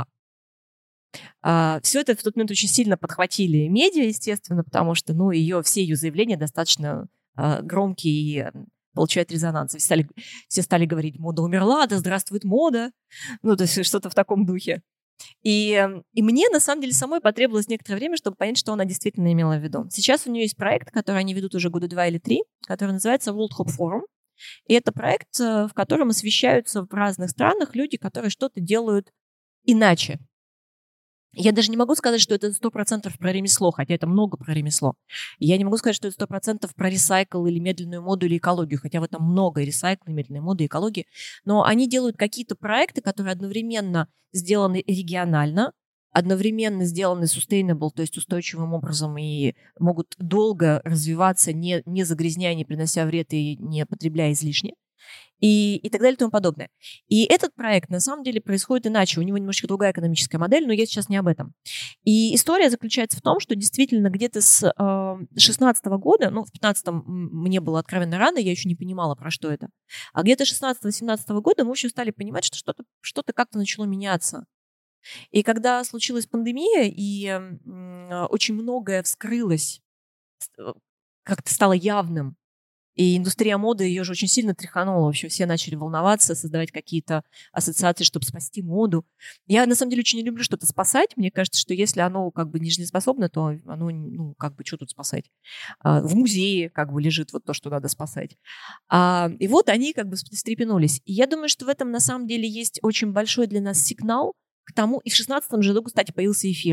А, все это в тот момент очень сильно подхватили медиа, естественно, потому что ну, ее, все ее заявления достаточно э, громкие и получают резонанс. Все стали, все стали говорить: мода умерла, да здравствует мода. Ну, то есть что-то в таком духе. И, и мне, на самом деле, самой потребовалось некоторое время, чтобы понять, что она действительно имела в виду. Сейчас у нее есть проект, который они ведут уже года два или три, который называется World Hop Forum. И это проект, в котором освещаются в разных странах люди, которые что-то делают иначе. Я даже не могу сказать, что это сто процентов про ремесло, хотя это много про ремесло. Я не могу сказать, что это сто процентов про ресайкл или медленную моду или экологию, хотя в этом много и ресайкл, и медленной моды, и экологии. Но они делают какие-то проекты, которые одновременно сделаны регионально, одновременно сделаны sustainable, то есть устойчивым образом, и могут долго развиваться, не, не загрязняя, не принося вред и не потребляя излишне. И, и так далее и тому подобное. И этот проект на самом деле происходит иначе. У него немножко другая экономическая модель, но я сейчас не об этом. И история заключается в том, что действительно где-то с две тысячи шестнадцатого года, ну, в две тысячи пятнадцатом мне было откровенно рано, я еще не понимала, про что это. А где-то с шестнадцатого-семнадцатого года мы еще стали понимать, что что-то, что-то как-то начало меняться. И когда случилась пандемия, и м, очень многое вскрылось, как-то стало явным, и индустрия моды ее же очень сильно тряханула. В общем, все начали волноваться, создавать какие-то ассоциации, чтобы спасти моду. Я, на самом деле, очень не люблю что-то спасать. Мне кажется, что если оно как бы не жизнеспособно, то оно, ну, как бы, что тут спасать? А, в музее как бы лежит вот то, что надо спасать. А, и вот они как бы встрепенулись. И я думаю, что в этом, на самом деле, есть очень большой для нас сигнал к тому. И в шестнадцатом году, кстати, появился эфир.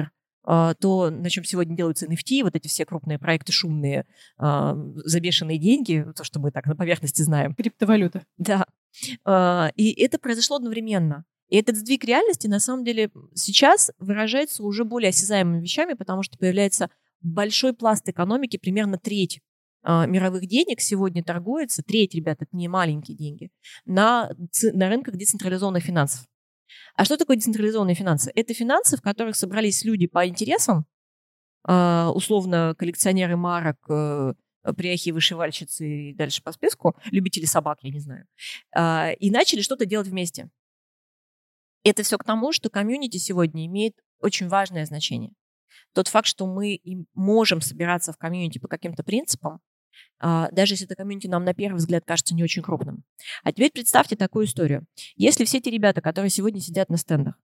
то, на чем сегодня делаются эн эф ти, вот эти все крупные проекты шумные, за бешеные деньги, то, что мы так на поверхности знаем. Криптовалюта. Да. И это произошло одновременно. И этот сдвиг реальности, на самом деле, сейчас выражается уже более осязаемыми вещами, потому что появляется большой пласт экономики, примерно треть мировых денег сегодня торгуется, треть, ребят, это не маленькие деньги, на, на рынках децентрализованных финансов. А что такое децентрализованные финансы? Это финансы, в которых собрались люди по интересам, условно, коллекционеры марок, пряхи, вышивальщицы и дальше по списку, любители собак, я не знаю, и начали что-то делать вместе. Это все к тому, что комьюнити сегодня имеет очень важное значение. Тот факт, что мы можем собираться в комьюнити по каким-то принципам, даже если это комьюнити нам на первый взгляд кажется не очень крупным. А теперь представьте такую историю. Если все те ребята, которые сегодня сидят на стендах,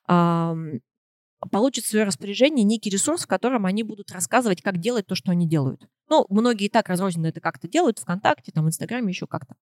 получат в свое распоряжение некий ресурс, в котором они будут рассказывать, как делать то, что они делают. Ну, многие и так разрозненно это как-то делают, ВКонтакте, там, в Инстаграме, еще как-то.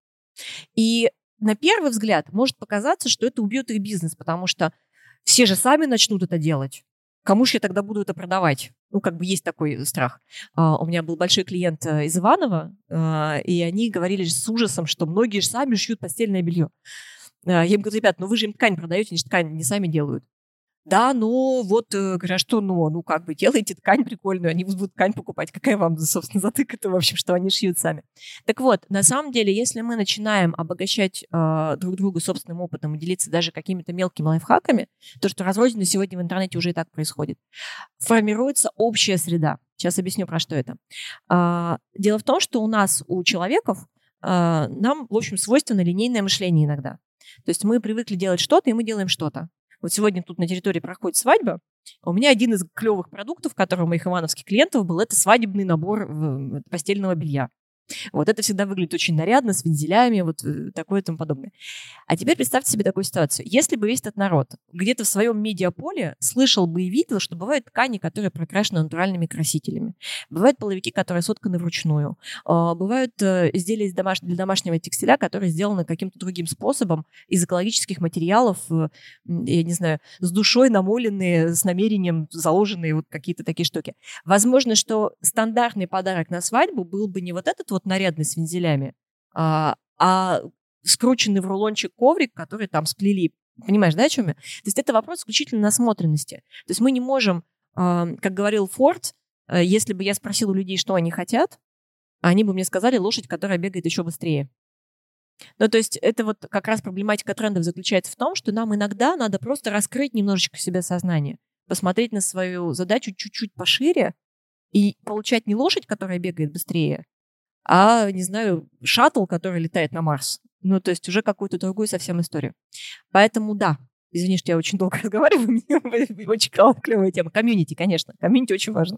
И на первый взгляд может показаться, что это убьет их бизнес, потому что все же сами начнут это делать. Кому же я тогда буду это продавать? Ну, как бы есть такой страх. Uh, у меня был большой клиент uh, из Иваново, uh, и они говорили с ужасом, что многие же сами шьют постельное белье. Uh, я им говорю, ребят, ну вы же им ткань продаете, они же ткань не сами делают. Да, но вот, говорят, что но, ну как бы делаете ткань прикольную, они будут ткань покупать. Какая вам, собственно, затыка-то, в общем, что они шьют сами. Так вот, на самом деле, если мы начинаем обогащать э, друг друга собственным опытом и делиться даже какими-то мелкими лайфхаками, то, что разрозненно сегодня в интернете уже и так происходит, формируется общая среда. Сейчас объясню, про что это. Э, дело в том, что у нас, у человеков, э, нам, в общем, свойственно линейное мышление иногда. То есть мы привыкли делать что-то, и мы делаем что-то. Вот сегодня тут на территории проходит свадьба. У меня один из клевых продуктов, который у моих ивановских клиентов был, это свадебный набор постельного белья. Вот это всегда выглядит очень нарядно, с вензелями, вот такое и тому подобное. А теперь представьте себе такую ситуацию. Если бы весь этот народ где-то в своем медиаполе слышал бы и видел, что бывают ткани, которые прокрашены натуральными красителями, бывают половики, которые сотканы вручную, бывают изделия для домашнего текстиля, которые сделаны каким-то другим способом из экологических материалов, я не знаю, с душой намоленные, с намерением заложенные вот какие-то такие штуки. Возможно, что стандартный подарок на свадьбу был бы не вот этот вот нарядный с вензелями, а, а скрученный в рулончик коврик, который там сплели. Понимаешь, да, о чем я? То есть это вопрос исключительно насмотренности. То есть мы не можем, как говорил Форд, если бы я спросила у людей, что они хотят, они бы мне сказали лошадь, которая бегает еще быстрее. Ну, то есть это вот как раз проблематика трендов заключается в том, что нам иногда надо просто раскрыть немножечко себе сознание, посмотреть на свою задачу чуть-чуть пошире и получать не лошадь, которая бегает быстрее, а, не знаю, шаттл, который летает на Марс. Ну, то есть уже какую-то другую совсем историю. Поэтому да, извини, что я очень долго разговариваю, мне очень клевая тема. Комьюнити, конечно, комьюнити очень важно.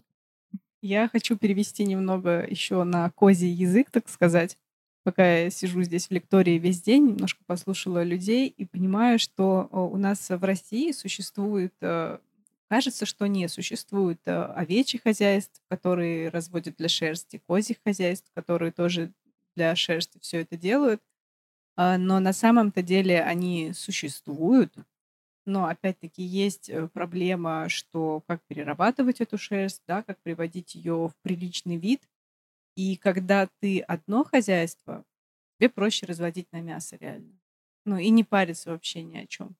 Я хочу перевести немного еще на козий язык, так сказать. Пока я сижу здесь в лектории весь день, немножко послушала людей и понимаю, что у нас в России существует... Кажется, что не существует овечьих хозяйств, которые разводят для шерсти, козьих хозяйств, которые тоже для шерсти все это делают. Но на самом-то деле они существуют. Но опять-таки есть проблема, что как перерабатывать эту шерсть, да, как приводить ее в приличный вид. И когда ты одно хозяйство, тебе проще разводить на мясо реально. Ну и не париться вообще ни о чем.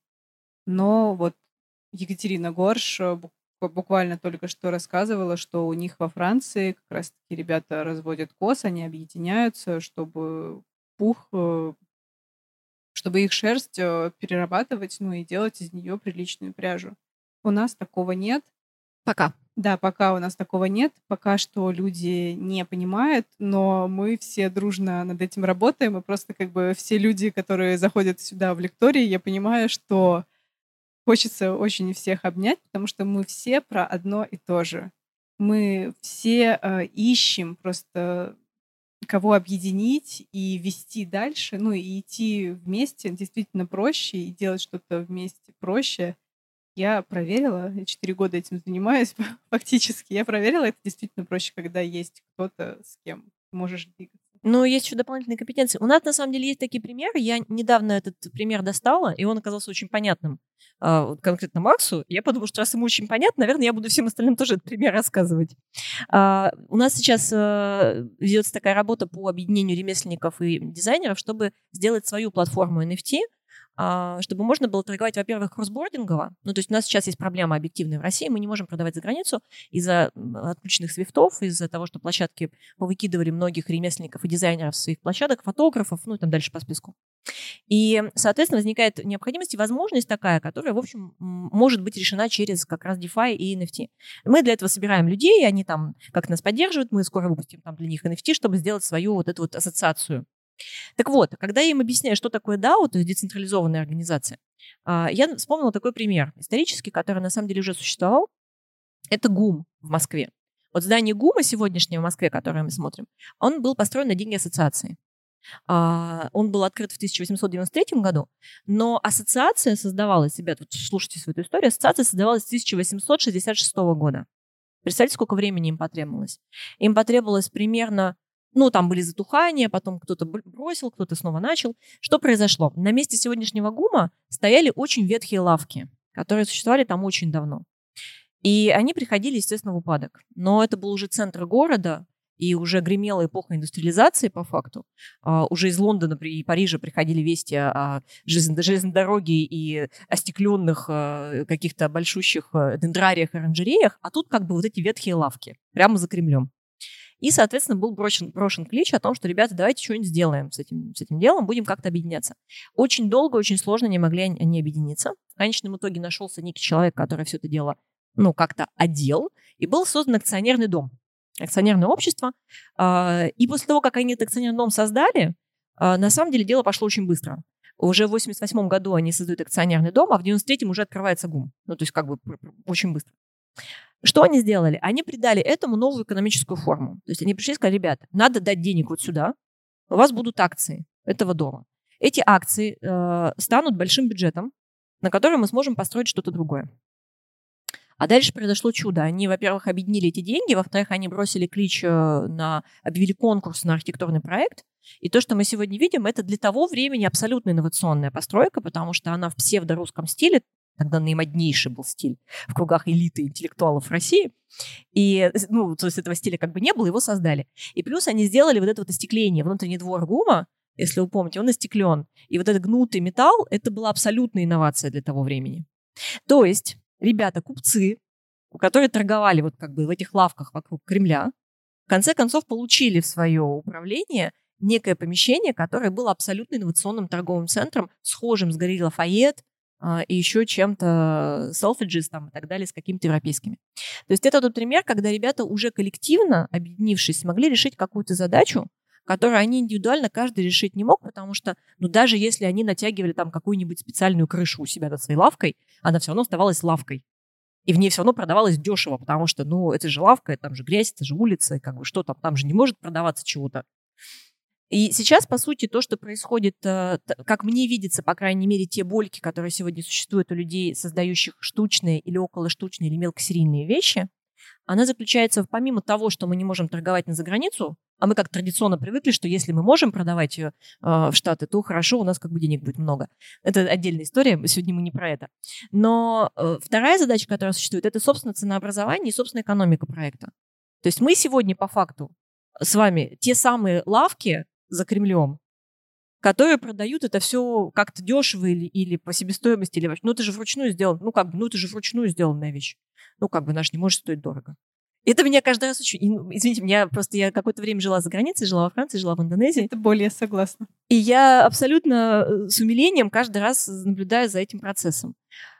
Но вот Екатерина Горш буквально только что рассказывала, что у них во Франции как раз-таки ребята разводят коз, они объединяются, чтобы пух, чтобы их шерсть перерабатывать, ну и делать из нее приличную пряжу. У нас такого нет. Пока. Да, пока у нас такого нет, пока что люди не понимают, но мы все дружно над этим работаем, и просто как бы все люди, которые заходят сюда в лектории, я понимаю, что хочется очень всех обнять, потому что мы все про одно и то же. Мы все э, ищем просто кого объединить и вести дальше, ну и идти вместе действительно проще и делать что-то вместе проще. Я проверила, я четыре года этим занимаюсь фактически, я проверила, это действительно проще, когда есть кто-то, с кем можешь двигаться. Ну, есть еще дополнительные компетенции. У нас, на самом деле, есть такие примеры. Я недавно этот пример достала, и он оказался очень понятным а, вот конкретно Максу. Я подумала, что раз ему очень понятно, наверное, я буду всем остальным тоже этот пример рассказывать. А, у нас сейчас а, ведется такая работа по объединению ремесленников и дизайнеров, чтобы сделать свою платформу эн эф ти, а, чтобы можно было торговать, во-первых, кроссбордингово. Ну, то есть у нас сейчас есть проблема объективная в России, мы не можем продавать за границу из-за отключенных свифтов, из-за того, что площадки повыкидывали многих ремесленников и дизайнеров с своих площадок, фотографов, ну и там дальше по списку. И, соответственно, возникает необходимость и возможность такая, которая, в общем, может быть решена через как раз DeFi и эн эф ти. Мы для этого собираем людей, они там как нас поддерживают, мы скоро выпустим там для них эн эф ти, чтобы сделать свою вот эту вот ассоциацию. Так вот, когда я им объясняю, что такое дао, то есть децентрализованная организация, я вспомнила такой пример исторический, который на самом деле уже существовал. Это ГУМ в Москве. Вот здание ГУМа сегодняшнее в Москве, которое мы смотрим, он был построен на деньги ассоциации. Он был открыт в тысяча восемьсот девяносто третьем году, но ассоциация создавалась, ребят, вот слушайте свою эту историю, ассоциация создавалась с тысяча восемьсот шестьдесят шестого года. Представьте, сколько времени им потребовалось. Им потребовалось примерно... Ну, там были затухания, потом кто-то бросил, кто-то снова начал. Что произошло? На месте сегодняшнего ГУМа стояли очень ветхие лавки, которые существовали там очень давно. И они приходили, естественно, в упадок. Но это был уже центр города, и уже гремела эпоха индустриализации по факту. Uh, уже из Лондона и Парижа приходили вести о железной, железной дороге и остекленных uh, каких-то большущих uh, дендрариях, оранжереях, а тут как бы вот эти ветхие лавки, прямо за Кремлем. И, соответственно, был брошен, брошен клич о том, что, ребята, давайте что-нибудь сделаем с этим, с этим делом, будем как-то объединяться. Очень долго, очень сложно не могли они, они объединиться. В конечном итоге нашелся некий человек, который все это дело, ну, как-то одел, и был создан акционерный дом, акционерное общество. И после того, как они этот акционерный дом создали, на самом деле дело пошло очень быстро. Уже в восемьдесят восьмом году они создают акционерный дом, а в девяносто третьем уже открывается ГУМ. Ну, то есть как бы очень быстро. Что они сделали? Они придали этому новую экономическую форму. То есть они пришли и сказали, ребята, надо дать денег вот сюда, у вас будут акции этого дома. Эти акции э, станут большим бюджетом, на который мы сможем построить что-то другое. А дальше произошло чудо. Они, во-первых, объединили эти деньги, во-вторых, они бросили клич на... объявили конкурс на архитектурный проект. И то, что мы сегодня видим, это для того времени абсолютно инновационная постройка, потому что она в псевдорусском стиле, тогда наимоднейший был стиль в кругах элиты интеллектуалов России. И, ну, то есть этого стиля как бы не было, его создали. И плюс они сделали вот это вот остекление. Внутренний двор ГУМа, если вы помните, он остеклен. И вот этот гнутый металл, это была абсолютная инновация для того времени. То есть ребята, купцы, которые торговали вот как бы в этих лавках вокруг Кремля, в конце концов получили в свое управление некое помещение, которое было абсолютно инновационным торговым центром, схожим с Галерией Лафайет, и еще чем-то Selfridges там и так далее, с какими-то европейскими. То есть это тот пример, когда ребята уже коллективно, объединившись, смогли решить какую-то задачу, которую они индивидуально каждый решить не мог, потому что, ну, даже если они натягивали там какую-нибудь специальную крышу у себя над своей лавкой, она все равно оставалась лавкой. И в ней все равно продавалось дешево, потому что, ну, это же лавка, там же грязь, это же улица, как бы что там, там же не может продаваться чего-то. И сейчас, по сути, то, что происходит, как мне видится, по крайней мере, те больки, которые сегодня существуют у людей, создающих штучные или околоштучные или мелкосерийные вещи, она заключается в, помимо того, что мы не можем торговать на заграницу, а мы как традиционно привыкли, что если мы можем продавать ее в Штаты, то хорошо, у нас как бы денег будет много. Это отдельная история, сегодня мы не про это. Но вторая задача, которая существует, это, собственно, ценообразование и, собственно, экономика проекта. То есть мы сегодня по факту с вами те самые лавки за Кремлем, которые продают это все как-то дешево или, или по себестоимости, или вообще. Ну, это же вручную сделано. Ну, как бы, ну, это же вручную сделанная вещь. Ну, как бы, наш не может стоить дорого. Это меня каждый раз очень... Извините, меня просто я какое-то время жила за границей, жила во Франции, жила в Индонезии. Это более согласна. И я абсолютно с умилением каждый раз наблюдаю за этим процессом.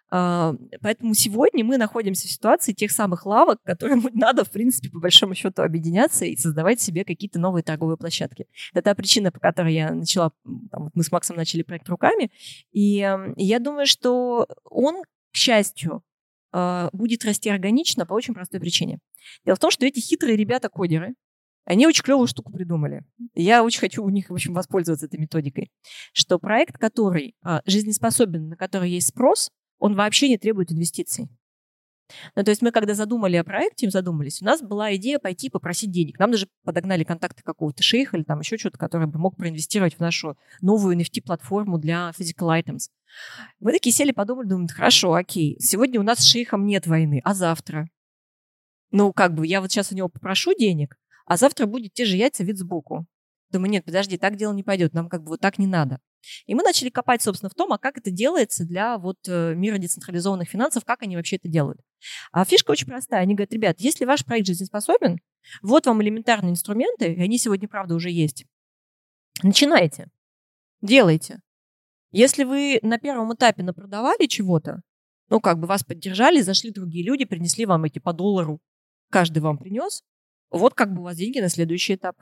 Поэтому сегодня мы находимся в ситуации тех самых лавок, которым надо, в принципе, по большому счету объединяться и создавать себе какие-то новые торговые площадки. Это та причина, по которой я начала, там, мы с Максом начали проект руками, и, и я думаю, что он, к счастью, будет расти органично по очень простой причине. Дело в том, что эти хитрые ребята-кодеры, они очень клевую штуку придумали. Я очень хочу у них, в общем, воспользоваться этой методикой, что проект, который жизнеспособен, на который есть спрос, он вообще не требует инвестиций. Ну, то есть мы, когда задумали о проекте, задумались, у нас была идея пойти попросить денег. Нам даже подогнали контакты какого-то шейха или там еще что-то, который бы мог проинвестировать в нашу новую эн эф ти-платформу для physical items. Мы такие сели, подумали, думаем, хорошо, окей, сегодня у нас с шейхом нет войны, а завтра? Ну, как бы, я вот сейчас у него попрошу денег, а завтра будет те же яйца вид сбоку. Думаю, нет, подожди, так дело не пойдет, нам как бы вот так не надо. И мы начали копать, собственно, в том, а как это делается для вот мира децентрализованных финансов, как они вообще это делают. А фишка очень простая. Они говорят, ребят, если ваш проект жизнеспособен, вот вам элементарные инструменты, и они сегодня, правда, уже есть. Начинайте, делайте. Если вы на первом этапе напродавали чего-то, ну, как бы вас поддержали, зашли другие люди, принесли вам эти по доллару, каждый вам принес, вот как бы у вас деньги на следующий этап.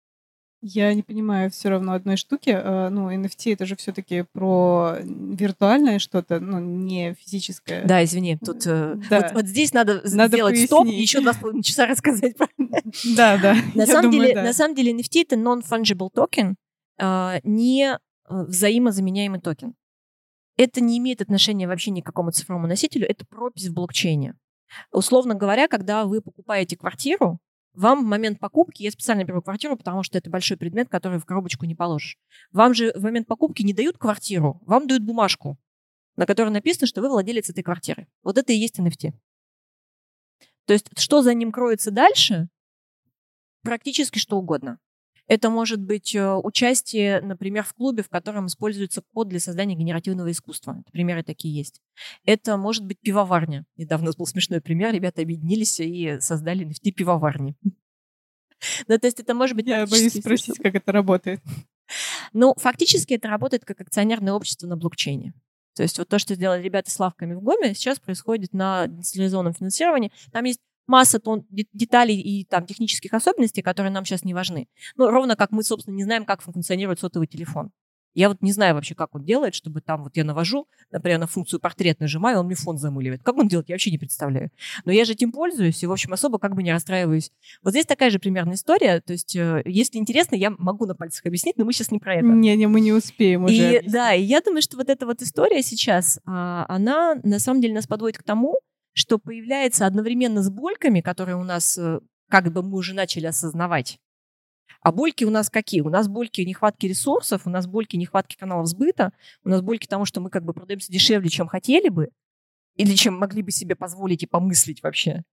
Я не понимаю все равно одной штуки. Э, Ну, эн эф ти это же все-таки про виртуальное что-то, ну, не физическое. Да, извини, тут э, Да. вот, вот здесь надо, Надо сделать стоп и пояснить. еще два с половиной часа рассказать про Да, да. На я самом, думаю, деле, да. на самом деле эн эф ти — это non-fungible token, а, не а, взаимозаменяемый токен. Это не имеет отношения вообще ни к какому цифровому носителю, это пропись в блокчейне. Условно говоря, когда вы покупаете квартиру, вам в момент покупки, я специально беру квартиру, потому что это большой предмет, который в коробочку не положишь. Вам же в момент покупки не дают квартиру, вам дают бумажку, на которой написано, что вы владелец этой квартиры. Вот это и есть эн эф ти. То есть что за ним кроется дальше? Практически что угодно. Это может быть э, участие, например, в клубе, в котором используется код для создания генеративного искусства. Это примеры такие есть. Это может быть пивоварня. Недавно у нас был смешной пример. Ребята объединились и создали эн эф ти пивоварни. Ну, то есть это может быть... Я боюсь спросить, как это работает. Ну, фактически это работает как акционерное общество на блокчейне. То есть вот то, что сделали ребята с лавками в Гоме, сейчас происходит на децентрализованном финансировании. Там есть масса тон, деталей и там, технических особенностей, которые нам сейчас не важны. Ну, ровно как мы, собственно, не знаем, как функционирует сотовый телефон. Я вот не знаю вообще, как он делает, чтобы там вот я навожу, например, на функцию портрет нажимаю, он мне фон замыливает. Как он делает, я вообще не представляю. Но я же этим пользуюсь и, в общем, особо как бы не расстраиваюсь. Вот здесь такая же примерная история. То есть, если интересно, я могу на пальцах объяснить, но мы сейчас не про это. Не-не, мы не успеем уже И, объяснить. да, и я думаю, что вот эта вот история сейчас, она на самом деле нас подводит к тому, что появляется одновременно с больками, которые у нас как бы мы уже начали осознавать. А больки у нас какие? У нас больки нехватки ресурсов, у нас больки нехватки каналов сбыта, у нас больки того, что мы как бы продаемся дешевле, чем хотели бы, или чем могли бы себе позволить и помыслить вообще.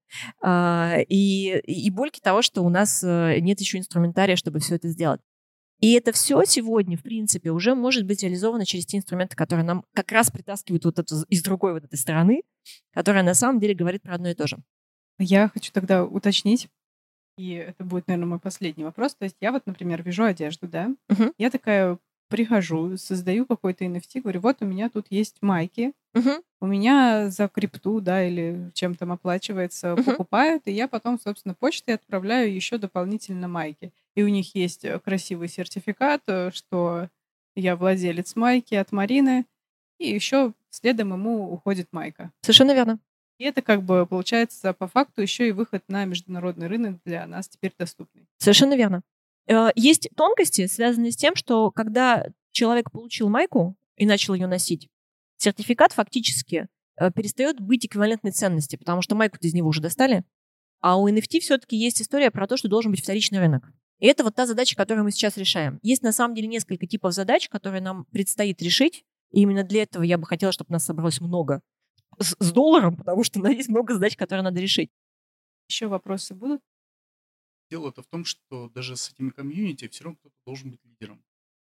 И, и больки того, что у нас нет еще инструментария, чтобы все это сделать. И это все сегодня, в принципе, уже может быть реализовано через те инструменты, которые нам как раз притаскивают вот эту, из другой вот этой стороны, которая на самом деле говорит про одно и то же. Я хочу тогда уточнить, и это будет, наверное, мой последний вопрос. То есть я вот, например, вяжу одежду, да? Uh-huh. Я такая прихожу, создаю какой-то эн эф ти, говорю, вот у меня тут есть майки, Uh-huh. у меня за крипту, да, или чем там оплачивается, Uh-huh. покупают, и я потом, собственно, почтой отправляю еще дополнительно майки. И у них есть красивый сертификат, что я владелец майки от Марины, и еще следом ему уходит майка. Совершенно верно. И это как бы получается по факту еще и выход на международный рынок для нас теперь доступный. Совершенно верно. Есть тонкости, связанные с тем, что когда человек получил майку и начал ее носить, сертификат фактически перестает быть эквивалентной ценности, потому что майку-то из него уже достали, а у эн эф ти все-таки есть история про то, что должен быть вторичный рынок. И это вот та задача, которую мы сейчас решаем. Есть на самом деле несколько типов задач, которые нам предстоит решить, и именно для этого я бы хотела, чтобы нас собралось много с, с долларом, потому что есть много задач, которые надо решить. Еще вопросы будут? Дело-то в том, что даже с этими комьюнити все равно кто-то должен быть лидером.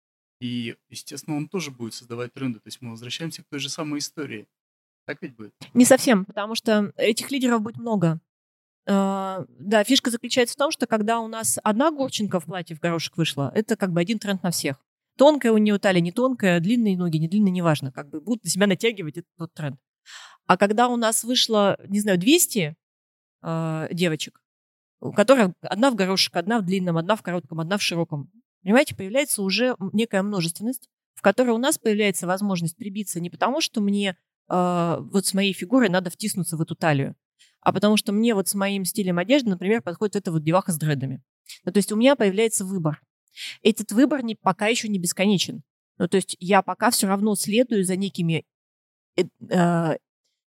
И, естественно, он тоже будет создавать тренды. То есть мы возвращаемся к той же самой истории. Так ведь будет? Не совсем, потому что этих лидеров будет много. Uh, да, фишка заключается в том, что когда у нас одна Гурченко в платье в горошек вышла, это как бы один тренд на всех. Тонкая у нее талия, не тонкая, длинные ноги, не длинные, неважно. Как бы будут на себя натягивать этот тот тренд. А когда у нас вышло, не знаю, двести uh, девочек, у которых одна в горошек, одна в длинном, одна в коротком, одна в широком, понимаете, появляется уже некая множественность, в которой у нас появляется возможность прибиться не потому, что мне uh, вот с моей фигурой надо втиснуться в эту талию, а потому что мне вот с моим стилем одежды, например, подходит эта вот деваха с дредами. Ну, то есть у меня появляется выбор. Этот выбор не, пока еще не бесконечен. Ну, то есть я пока все равно следую за некими э, э,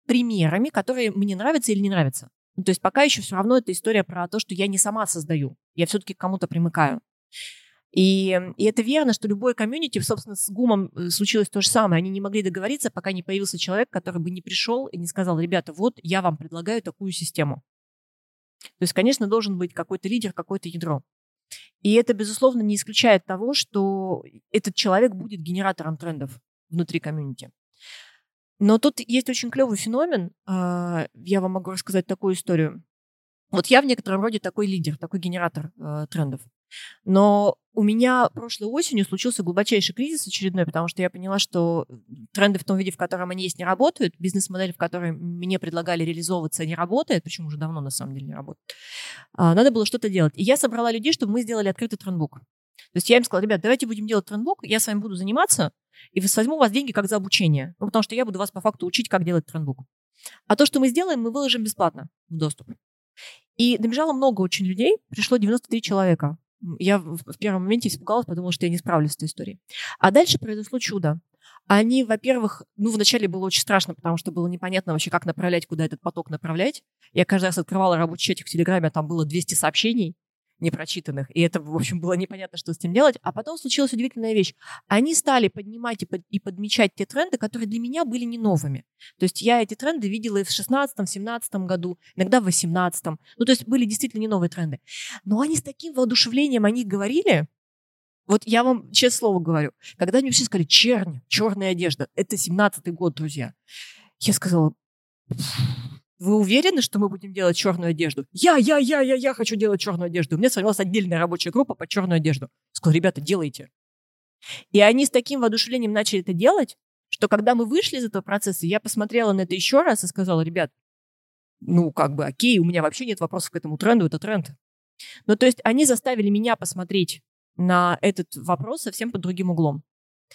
примерами, которые мне нравятся или не нравятся. Ну, то есть пока еще все равно это история про то, что я не сама создаю, я все-таки к кому-то примыкаю. И, и это верно, что любое комьюнити, собственно, с ГУМом случилось то же самое. Они не могли договориться, пока не появился человек, который бы не пришел и не сказал: ребята, вот я вам предлагаю такую систему. То есть, конечно, должен быть какой-то лидер, какое-то ядро. И это, безусловно, не исключает того, что этот человек будет генератором трендов внутри комьюнити. Но тут есть очень клевый феномен. Я вам могу рассказать такую историю. Вот я в некотором роде такой лидер, такой генератор трендов. Но у меня прошлой осенью случился глубочайший кризис очередной, потому что я поняла, что тренды в том виде, в котором они есть, не работают, бизнес-модель, в которой мне предлагали реализовываться, не работает, причем уже давно на самом деле не работает. Надо было что-то делать. И я собрала людей, чтобы мы сделали открытый трендбук. То есть я им сказала: ребят, давайте будем делать трендбук, я с вами буду заниматься, и возьму у вас деньги как за обучение, ну, потому что я буду вас по факту учить, как делать трендбук. А то, что мы сделаем, мы выложим бесплатно в доступ. И набежало много очень людей, пришло девяносто три человека. Я в первом моменте испугалась, подумала, что я не справлюсь с этой историей. А дальше произошло чудо. Они, во-первых, ну, вначале было очень страшно, потому что было непонятно вообще, как направлять, куда этот поток направлять. Я каждый раз открывала рабочий чатик в Телеграме, а там было двести сообщений непрочитанных, и это, в общем, было непонятно, что с этим делать. А потом случилась удивительная вещь. Они стали поднимать и, под, и подмечать те тренды, которые для меня были не новыми. То есть я эти тренды видела и в шестнадцатом, семнадцатом году, иногда в восемнадцатом. Ну, то есть были действительно не новые тренды. Но они с таким воодушевлением о них говорили. Вот я вам честное слово говорю. Когда мне все сказали: чернь, черная одежда, это семнадцатый год, друзья. Я сказала: вы уверены, что мы будем делать черную одежду? Я, я, я, я, я хочу делать черную одежду. У меня сформировалась отдельная рабочая группа под черную одежду. Я сказала: ребята, делайте. И они с таким воодушевлением начали это делать, что когда мы вышли из этого процесса, я посмотрела на это еще раз и сказала: ребят, ну как бы окей, у меня вообще нет вопросов к этому тренду, это тренд. Ну то есть они заставили меня посмотреть на этот вопрос совсем под другим углом.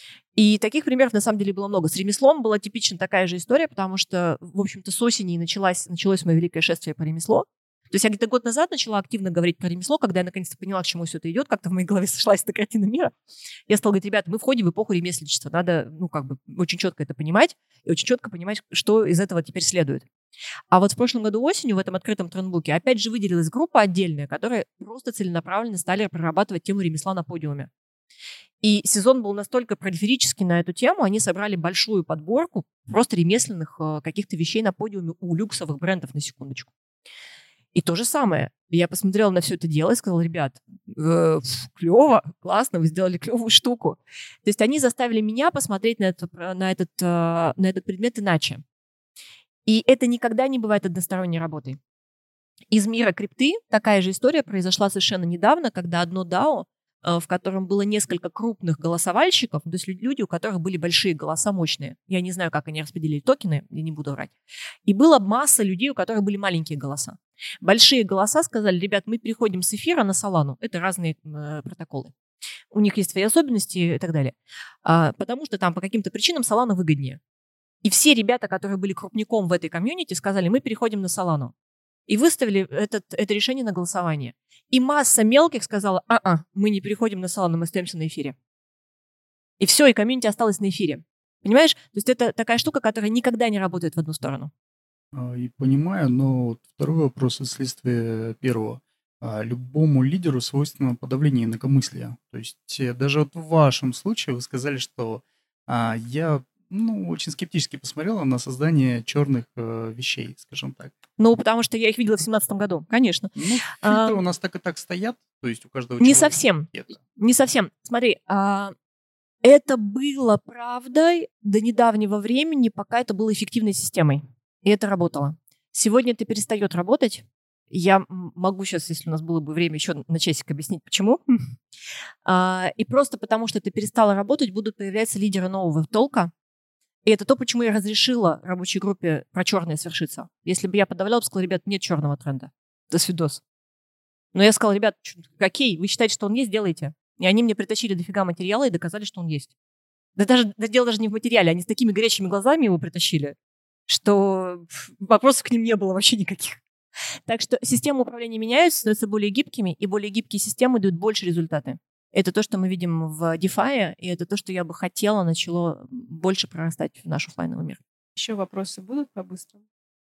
И таких примеров, на самом деле, было много. С ремеслом была типично такая же история, потому что, в общем-то, с осени началось, началось мое великое шествие по ремеслу. То есть я где-то год назад начала активно говорить про ремесло, когда я наконец-то поняла, к чему все это идет, как-то в моей голове сошлась эта картина мира. Я стала говорить: ребята, мы входим в эпоху ремесленничества. Надо, ну, как бы, очень четко это понимать и очень четко понимать, что из этого теперь следует. А вот в прошлом году осенью в этом открытом трендбуке опять же выделилась группа отдельная, которая просто целенаправленно стали прорабатывать тему ремесла на подиуме. И сезон был настолько пролиферический на эту тему, они собрали большую подборку просто ремесленных каких-то вещей на подиуме у люксовых брендов, на секундочку. И то же самое. Я посмотрела на все это дело и сказала: ребят, э, клево, классно, вы сделали клевую штуку. То есть они заставили меня посмотреть на этот, на этот, на этот предмет иначе. И это никогда не бывает односторонней работой. Из мира крипты такая же история произошла совершенно недавно, когда одно дао, в котором было несколько крупных голосовальщиков, то есть люди, у которых были большие голоса, мощные. Я не знаю, как они распределили токены, я не буду врать. И была масса людей, у которых были маленькие голоса. Большие голоса сказали: ребят, мы переходим с эфира на Solana. Это разные э, протоколы. У них есть свои особенности и так далее. А, потому что там по каким-то причинам Solana выгоднее. И все ребята, которые были крупником в этой комьюнити, сказали: мы переходим на Solana. И выставили этот, это решение на голосование. И масса мелких сказала: а-а, мы не переходим на Solana, мы остаемся на эфире. И все, и комьюнити осталось на эфире. Понимаешь? То есть это такая штука, которая никогда не работает в одну сторону. И понимаю, но второй вопрос — это следствие первого. Любому лидеру свойственно подавление инакомыслия. То есть даже вот в вашем случае вы сказали, что а, я ну, очень скептически посмотрела на создание черных э, вещей, скажем так. Ну, потому что я их видела в семнадцатом году, конечно. Ну, фильтры а, у нас так и так стоят, то есть у каждого не совсем, это. Не совсем. Смотри, а, это было правдой до недавнего времени, пока это было эффективной системой. И это работало. Сегодня это перестает работать. Я могу сейчас, если у нас было бы время, еще на часик объяснить, почему. а, и просто потому, что это перестало работать, будут появляться лидеры нового толка. И это то, почему я разрешила рабочей группе про черное свершиться. Если бы я подавляла, бы сказала: ребят, нет черного тренда. До свидос. Но я сказала: ребят, окей, вы считаете, что он есть, делайте. И они мне притащили дофига материала и доказали, что он есть. Да даже, да дело даже не в материале, они с такими горящими глазами его притащили, что вопросов к ним не было вообще никаких. Так что системы управления меняются, становятся более гибкими, и более гибкие системы дают больше результаты. Это то, что мы видим в DeFi, и это то, что я бы хотела начало больше прорастать в наш офлайновый мир. Еще вопросы будут по-быстрому?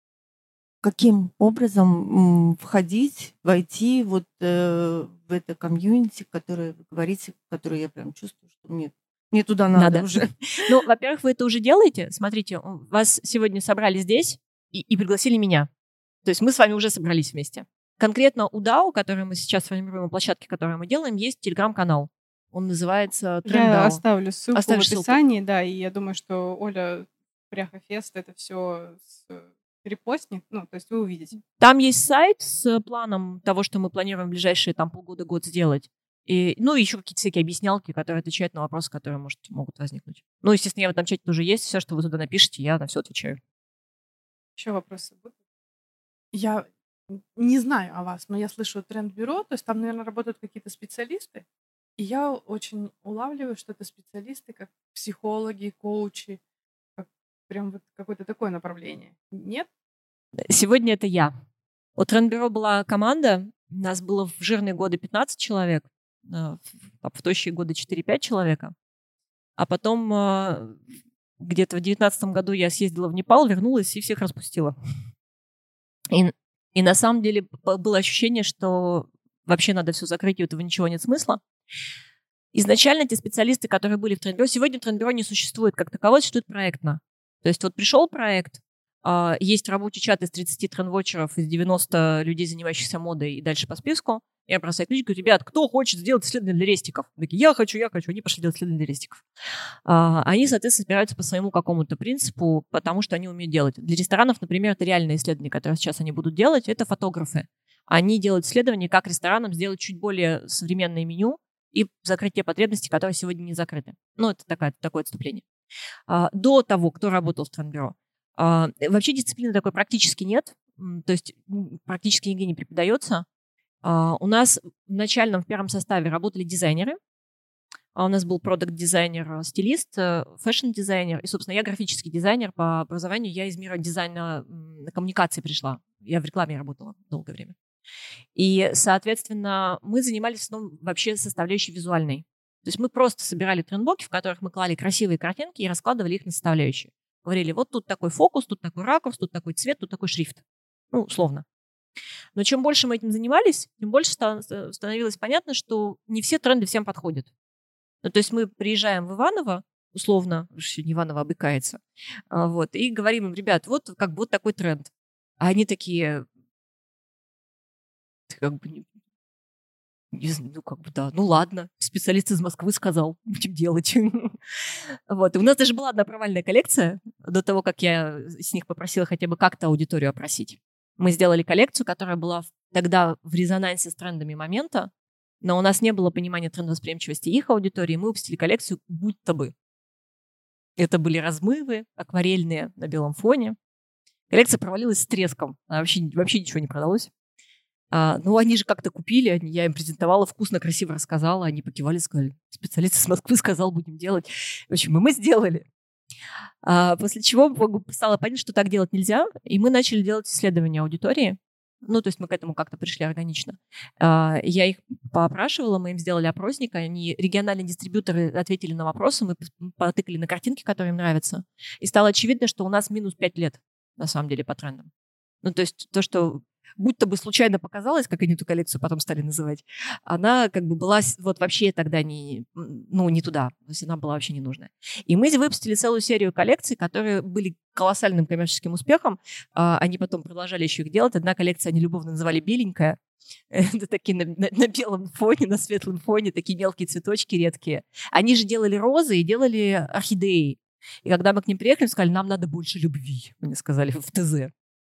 Каким образом м, входить, войти вот э, в это комьюнити, которое вы говорите, которое я прям чувствую, что мне, мне туда надо, Надо. уже. Ну, во-первых, вы это уже делаете. Смотрите, у- вас сегодня собрали здесь и, и пригласили меня. То есть мы с вами уже собрались вместе. Конкретно у дао, который мы сейчас формируем, у площадки, которую мы делаем, есть телеграм-канал. Он называется Я Тренд дао. оставлю ссылку Оставишь в ссылку. описании, да, и я думаю, что Оля Пряхофест это все репостнет, ну, то есть вы увидите. Там есть сайт с планом того, что мы планируем в ближайшие там полгода-год сделать. И, ну, и еще какие-то всякие объяснялки, которые отвечают на вопросы, которые, может, могут возникнуть. Ну, естественно, я в этом чате тоже есть. Все, что вы туда напишете, я на все отвечаю. Еще вопросы будут? Я не знаю о вас, но я слышу тренд-бюро, то есть там, наверное, работают какие-то специалисты, и я очень улавливаю, что это специалисты, как психологи, коучи, как прям вот какое-то такое направление. Нет? Сегодня это я. У Тренд-бюро была команда, у нас было в жирные годы пятнадцать человек, э, в в тощие годы четыре-пять человека. А потом э, где-то в девятнадцатом году я съездила в Непал, вернулась и всех распустила. И, и на самом деле п- было ощущение, что вообще надо все закрыть, и у этого ничего нет смысла. Изначально те специалисты, которые были в Тренд-бюро, сегодня Тренд-бюро не существует как таковое, существует проектно. То есть вот пришел проект, а, есть рабочий чат из тридцати трендвотчеров, из девяноста людей, занимающихся модой, и дальше по списку. Я бросаю ключ, говорю: ребят, кто хочет сделать исследование для рестиков? Они такие: я хочу, я хочу. Они пошли делать исследование для рестиков. А, Они, соответственно, собираются по своему какому-то принципу, потому что они умеют делать. Для ресторанов, например, это реальные исследования, которые сейчас они будут делать, это фотографы. Они делают исследования, как ресторанам сделать чуть более современное меню и закрыть те потребности, которые сегодня не закрыты. Ну, это такая, такое отступление. А, До того, кто работал в Тренд-бюро, а, вообще дисциплины такой практически нет, м, то есть м, практически нигде не преподается. А, У нас в начальном, в первом составе работали дизайнеры. А У нас был продакт-дизайнер, стилист, э, фэшн-дизайнер. И, собственно, я графический дизайнер по образованию. Я из мира дизайна м, коммуникации пришла. Я в рекламе работала долгое время. И, соответственно, мы занимались в основном вообще составляющей визуальной. То есть мы просто собирали трендблоки, в которых мы клали красивые картинки и раскладывали их на составляющие. Говорили: вот тут такой фокус, тут такой ракурс, тут такой цвет, тут такой шрифт. Ну, условно. Но чем больше мы этим занимались, тем больше ста- становилось понятно, что не все тренды всем подходят. Ну, то есть мы приезжаем в Иваново, условно, сегодня Иваново обыкается, а, вот, и говорим им: ребят, вот как бы вот такой тренд. А они такие, как бы, не- не зн- ну, как бы, да, ну ладно, специалист из Москвы сказал, будем делать. Вот, и у нас даже была одна провальная коллекция до того, как я с них попросила хотя бы как-то аудиторию опросить. Мы сделали коллекцию, которая была в- тогда в резонансе с трендами момента, но у нас не было понимания трендовосприимчивости их аудитории, мы выпустили коллекцию будто бы. Это были размывы акварельные на белом фоне. Коллекция провалилась с треском, она вообще, вообще ничего не продалось. А, ну, они же как-то купили, они- я им презентовала, вкусно, красиво рассказала, они покивали, сказали: специалист из Москвы сказал, будем делать. В общем, и мы сделали. А, после чего Богу стало понятно, что так делать нельзя, и мы начали делать исследования аудитории. Ну, то есть мы к этому как-то пришли органично. А, я их поопрашивала, мы им сделали опросник, они, региональные дистрибьюторы, ответили на вопросы, мы пос- потыкали на картинки, которые им нравятся, и стало очевидно, что у нас минус пять лет, на самом деле, по трендам. Ну, то есть то, что будто бы случайно показалось, как они эту коллекцию потом стали называть, она как бы была с- вот вообще тогда не, м, ну, не туда, то есть она была вообще не нужная. И мы выпустили целую серию коллекций, которые были колоссальным коммерческим успехом. А, Они потом продолжали еще их делать. Одна коллекция они любовно называли «беленькая». Это такие на, на- на белом фоне, на светлом фоне, такие мелкие цветочки редкие. Они же делали розы и делали орхидеи. И когда мы к ним приехали, сказали: нам надо больше любви, мне сказали в ТЗ.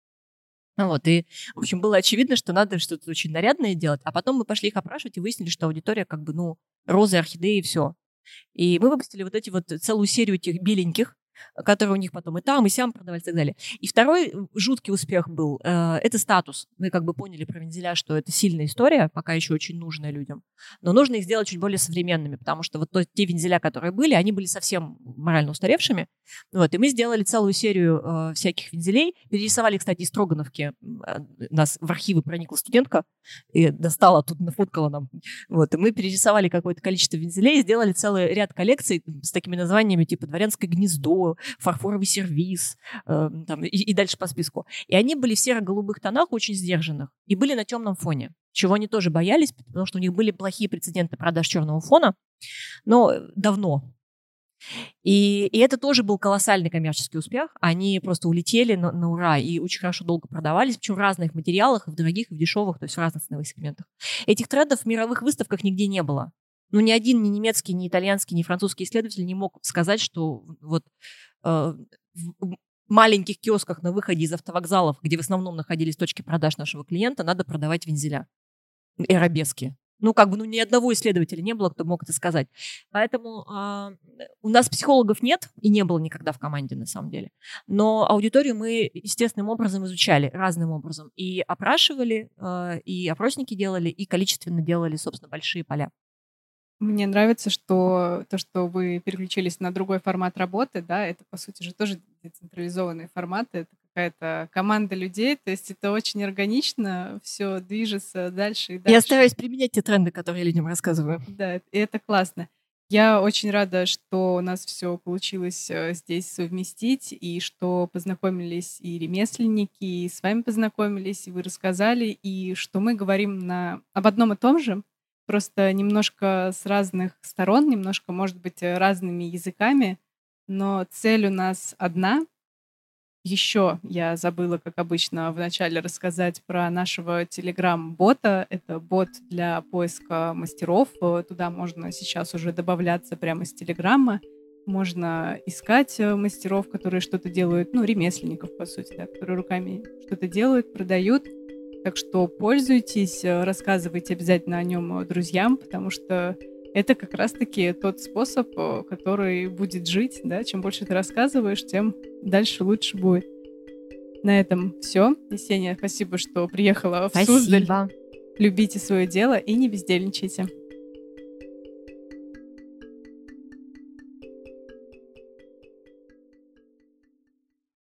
Ну Вот, и, в общем, было очевидно, что надо что-то очень нарядное делать. А потом мы пошли их опрашивать и выяснили, что аудитория как бы, ну, розы, орхидеи и все. И мы выпустили вот эти вот целую серию этих беленьких, которые у них потом и там, и сям продавались и так далее. И второй жуткий успех был, э, это статус. Мы как бы поняли про вензеля, что это сильная история, пока еще очень нужная людям. Но нужно их сделать чуть более современными, потому что вот то- те вензеля, которые были, они были совсем морально устаревшими. Вот, и мы сделали целую серию э, всяких вензелей. Перерисовали, кстати, из Строгановки. Э, Нас в архивы проникла студентка и достала, тут нафоткала нам. Вот, и мы перерисовали какое-то количество вензелей и сделали целый ряд коллекций с такими названиями, типа «Дворянское гнездо», белье, фарфоровый сервиз, э, там, и, и дальше по списку. И они были в серо-голубых тонах, очень сдержанных, и были на темном фоне, чего они тоже боялись, потому что у них были плохие прецеденты продаж черного фона, но давно. И, и это тоже был колоссальный коммерческий успех. Они просто улетели на, на ура и очень хорошо долго продавались, причем в разных материалах, и в дорогих, и в дешевых, то есть в разных ценовых сегментах. Этих трендов в мировых выставках нигде не было. Ну, ни один, ни немецкий, ни итальянский, ни французский исследователь не мог сказать, что вот э, в маленьких киосках на выходе из автовокзалов, где в основном находились точки продаж нашего клиента, надо продавать вензеля и арабески. Ну, как бы, ну, ни одного исследователя не было, кто мог это сказать. Поэтому э, у нас психологов нет и не было никогда в команде, на самом деле. Но аудиторию мы естественным образом изучали, разным образом. И опрашивали, э, и опросники делали, и количественно делали, собственно, большие поля. Мне нравится, что то, что вы переключились на другой формат работы, да, это, по сути же, тоже децентрализованные форматы, это какая-то команда людей, то есть это очень органично, все движется дальше и дальше. Я стараюсь применять те тренды, которые я людям рассказываю. Да, и это классно. Я очень рада, что у нас все получилось здесь совместить, и что познакомились и ремесленники, и с вами познакомились, и вы рассказали, и что мы говорим на... об одном и том же, просто немножко с разных сторон, немножко, может быть, разными языками, но цель у нас одна. Еще я забыла, как обычно, вначале рассказать про нашего телеграм-бота. Это бот для поиска мастеров. Туда можно сейчас уже добавляться прямо с телеграмма. Можно искать мастеров, которые что-то делают, ну, ремесленников, по сути, да, которые руками что-то делают, продают. Так что пользуйтесь, рассказывайте обязательно о нем друзьям, потому что это как раз-таки тот способ, который будет жить, да, чем больше ты рассказываешь, тем дальше лучше будет. На этом все. Есения, спасибо, что приехала в Спасибо. Суздаль. Любите свое дело и не бездельничайте.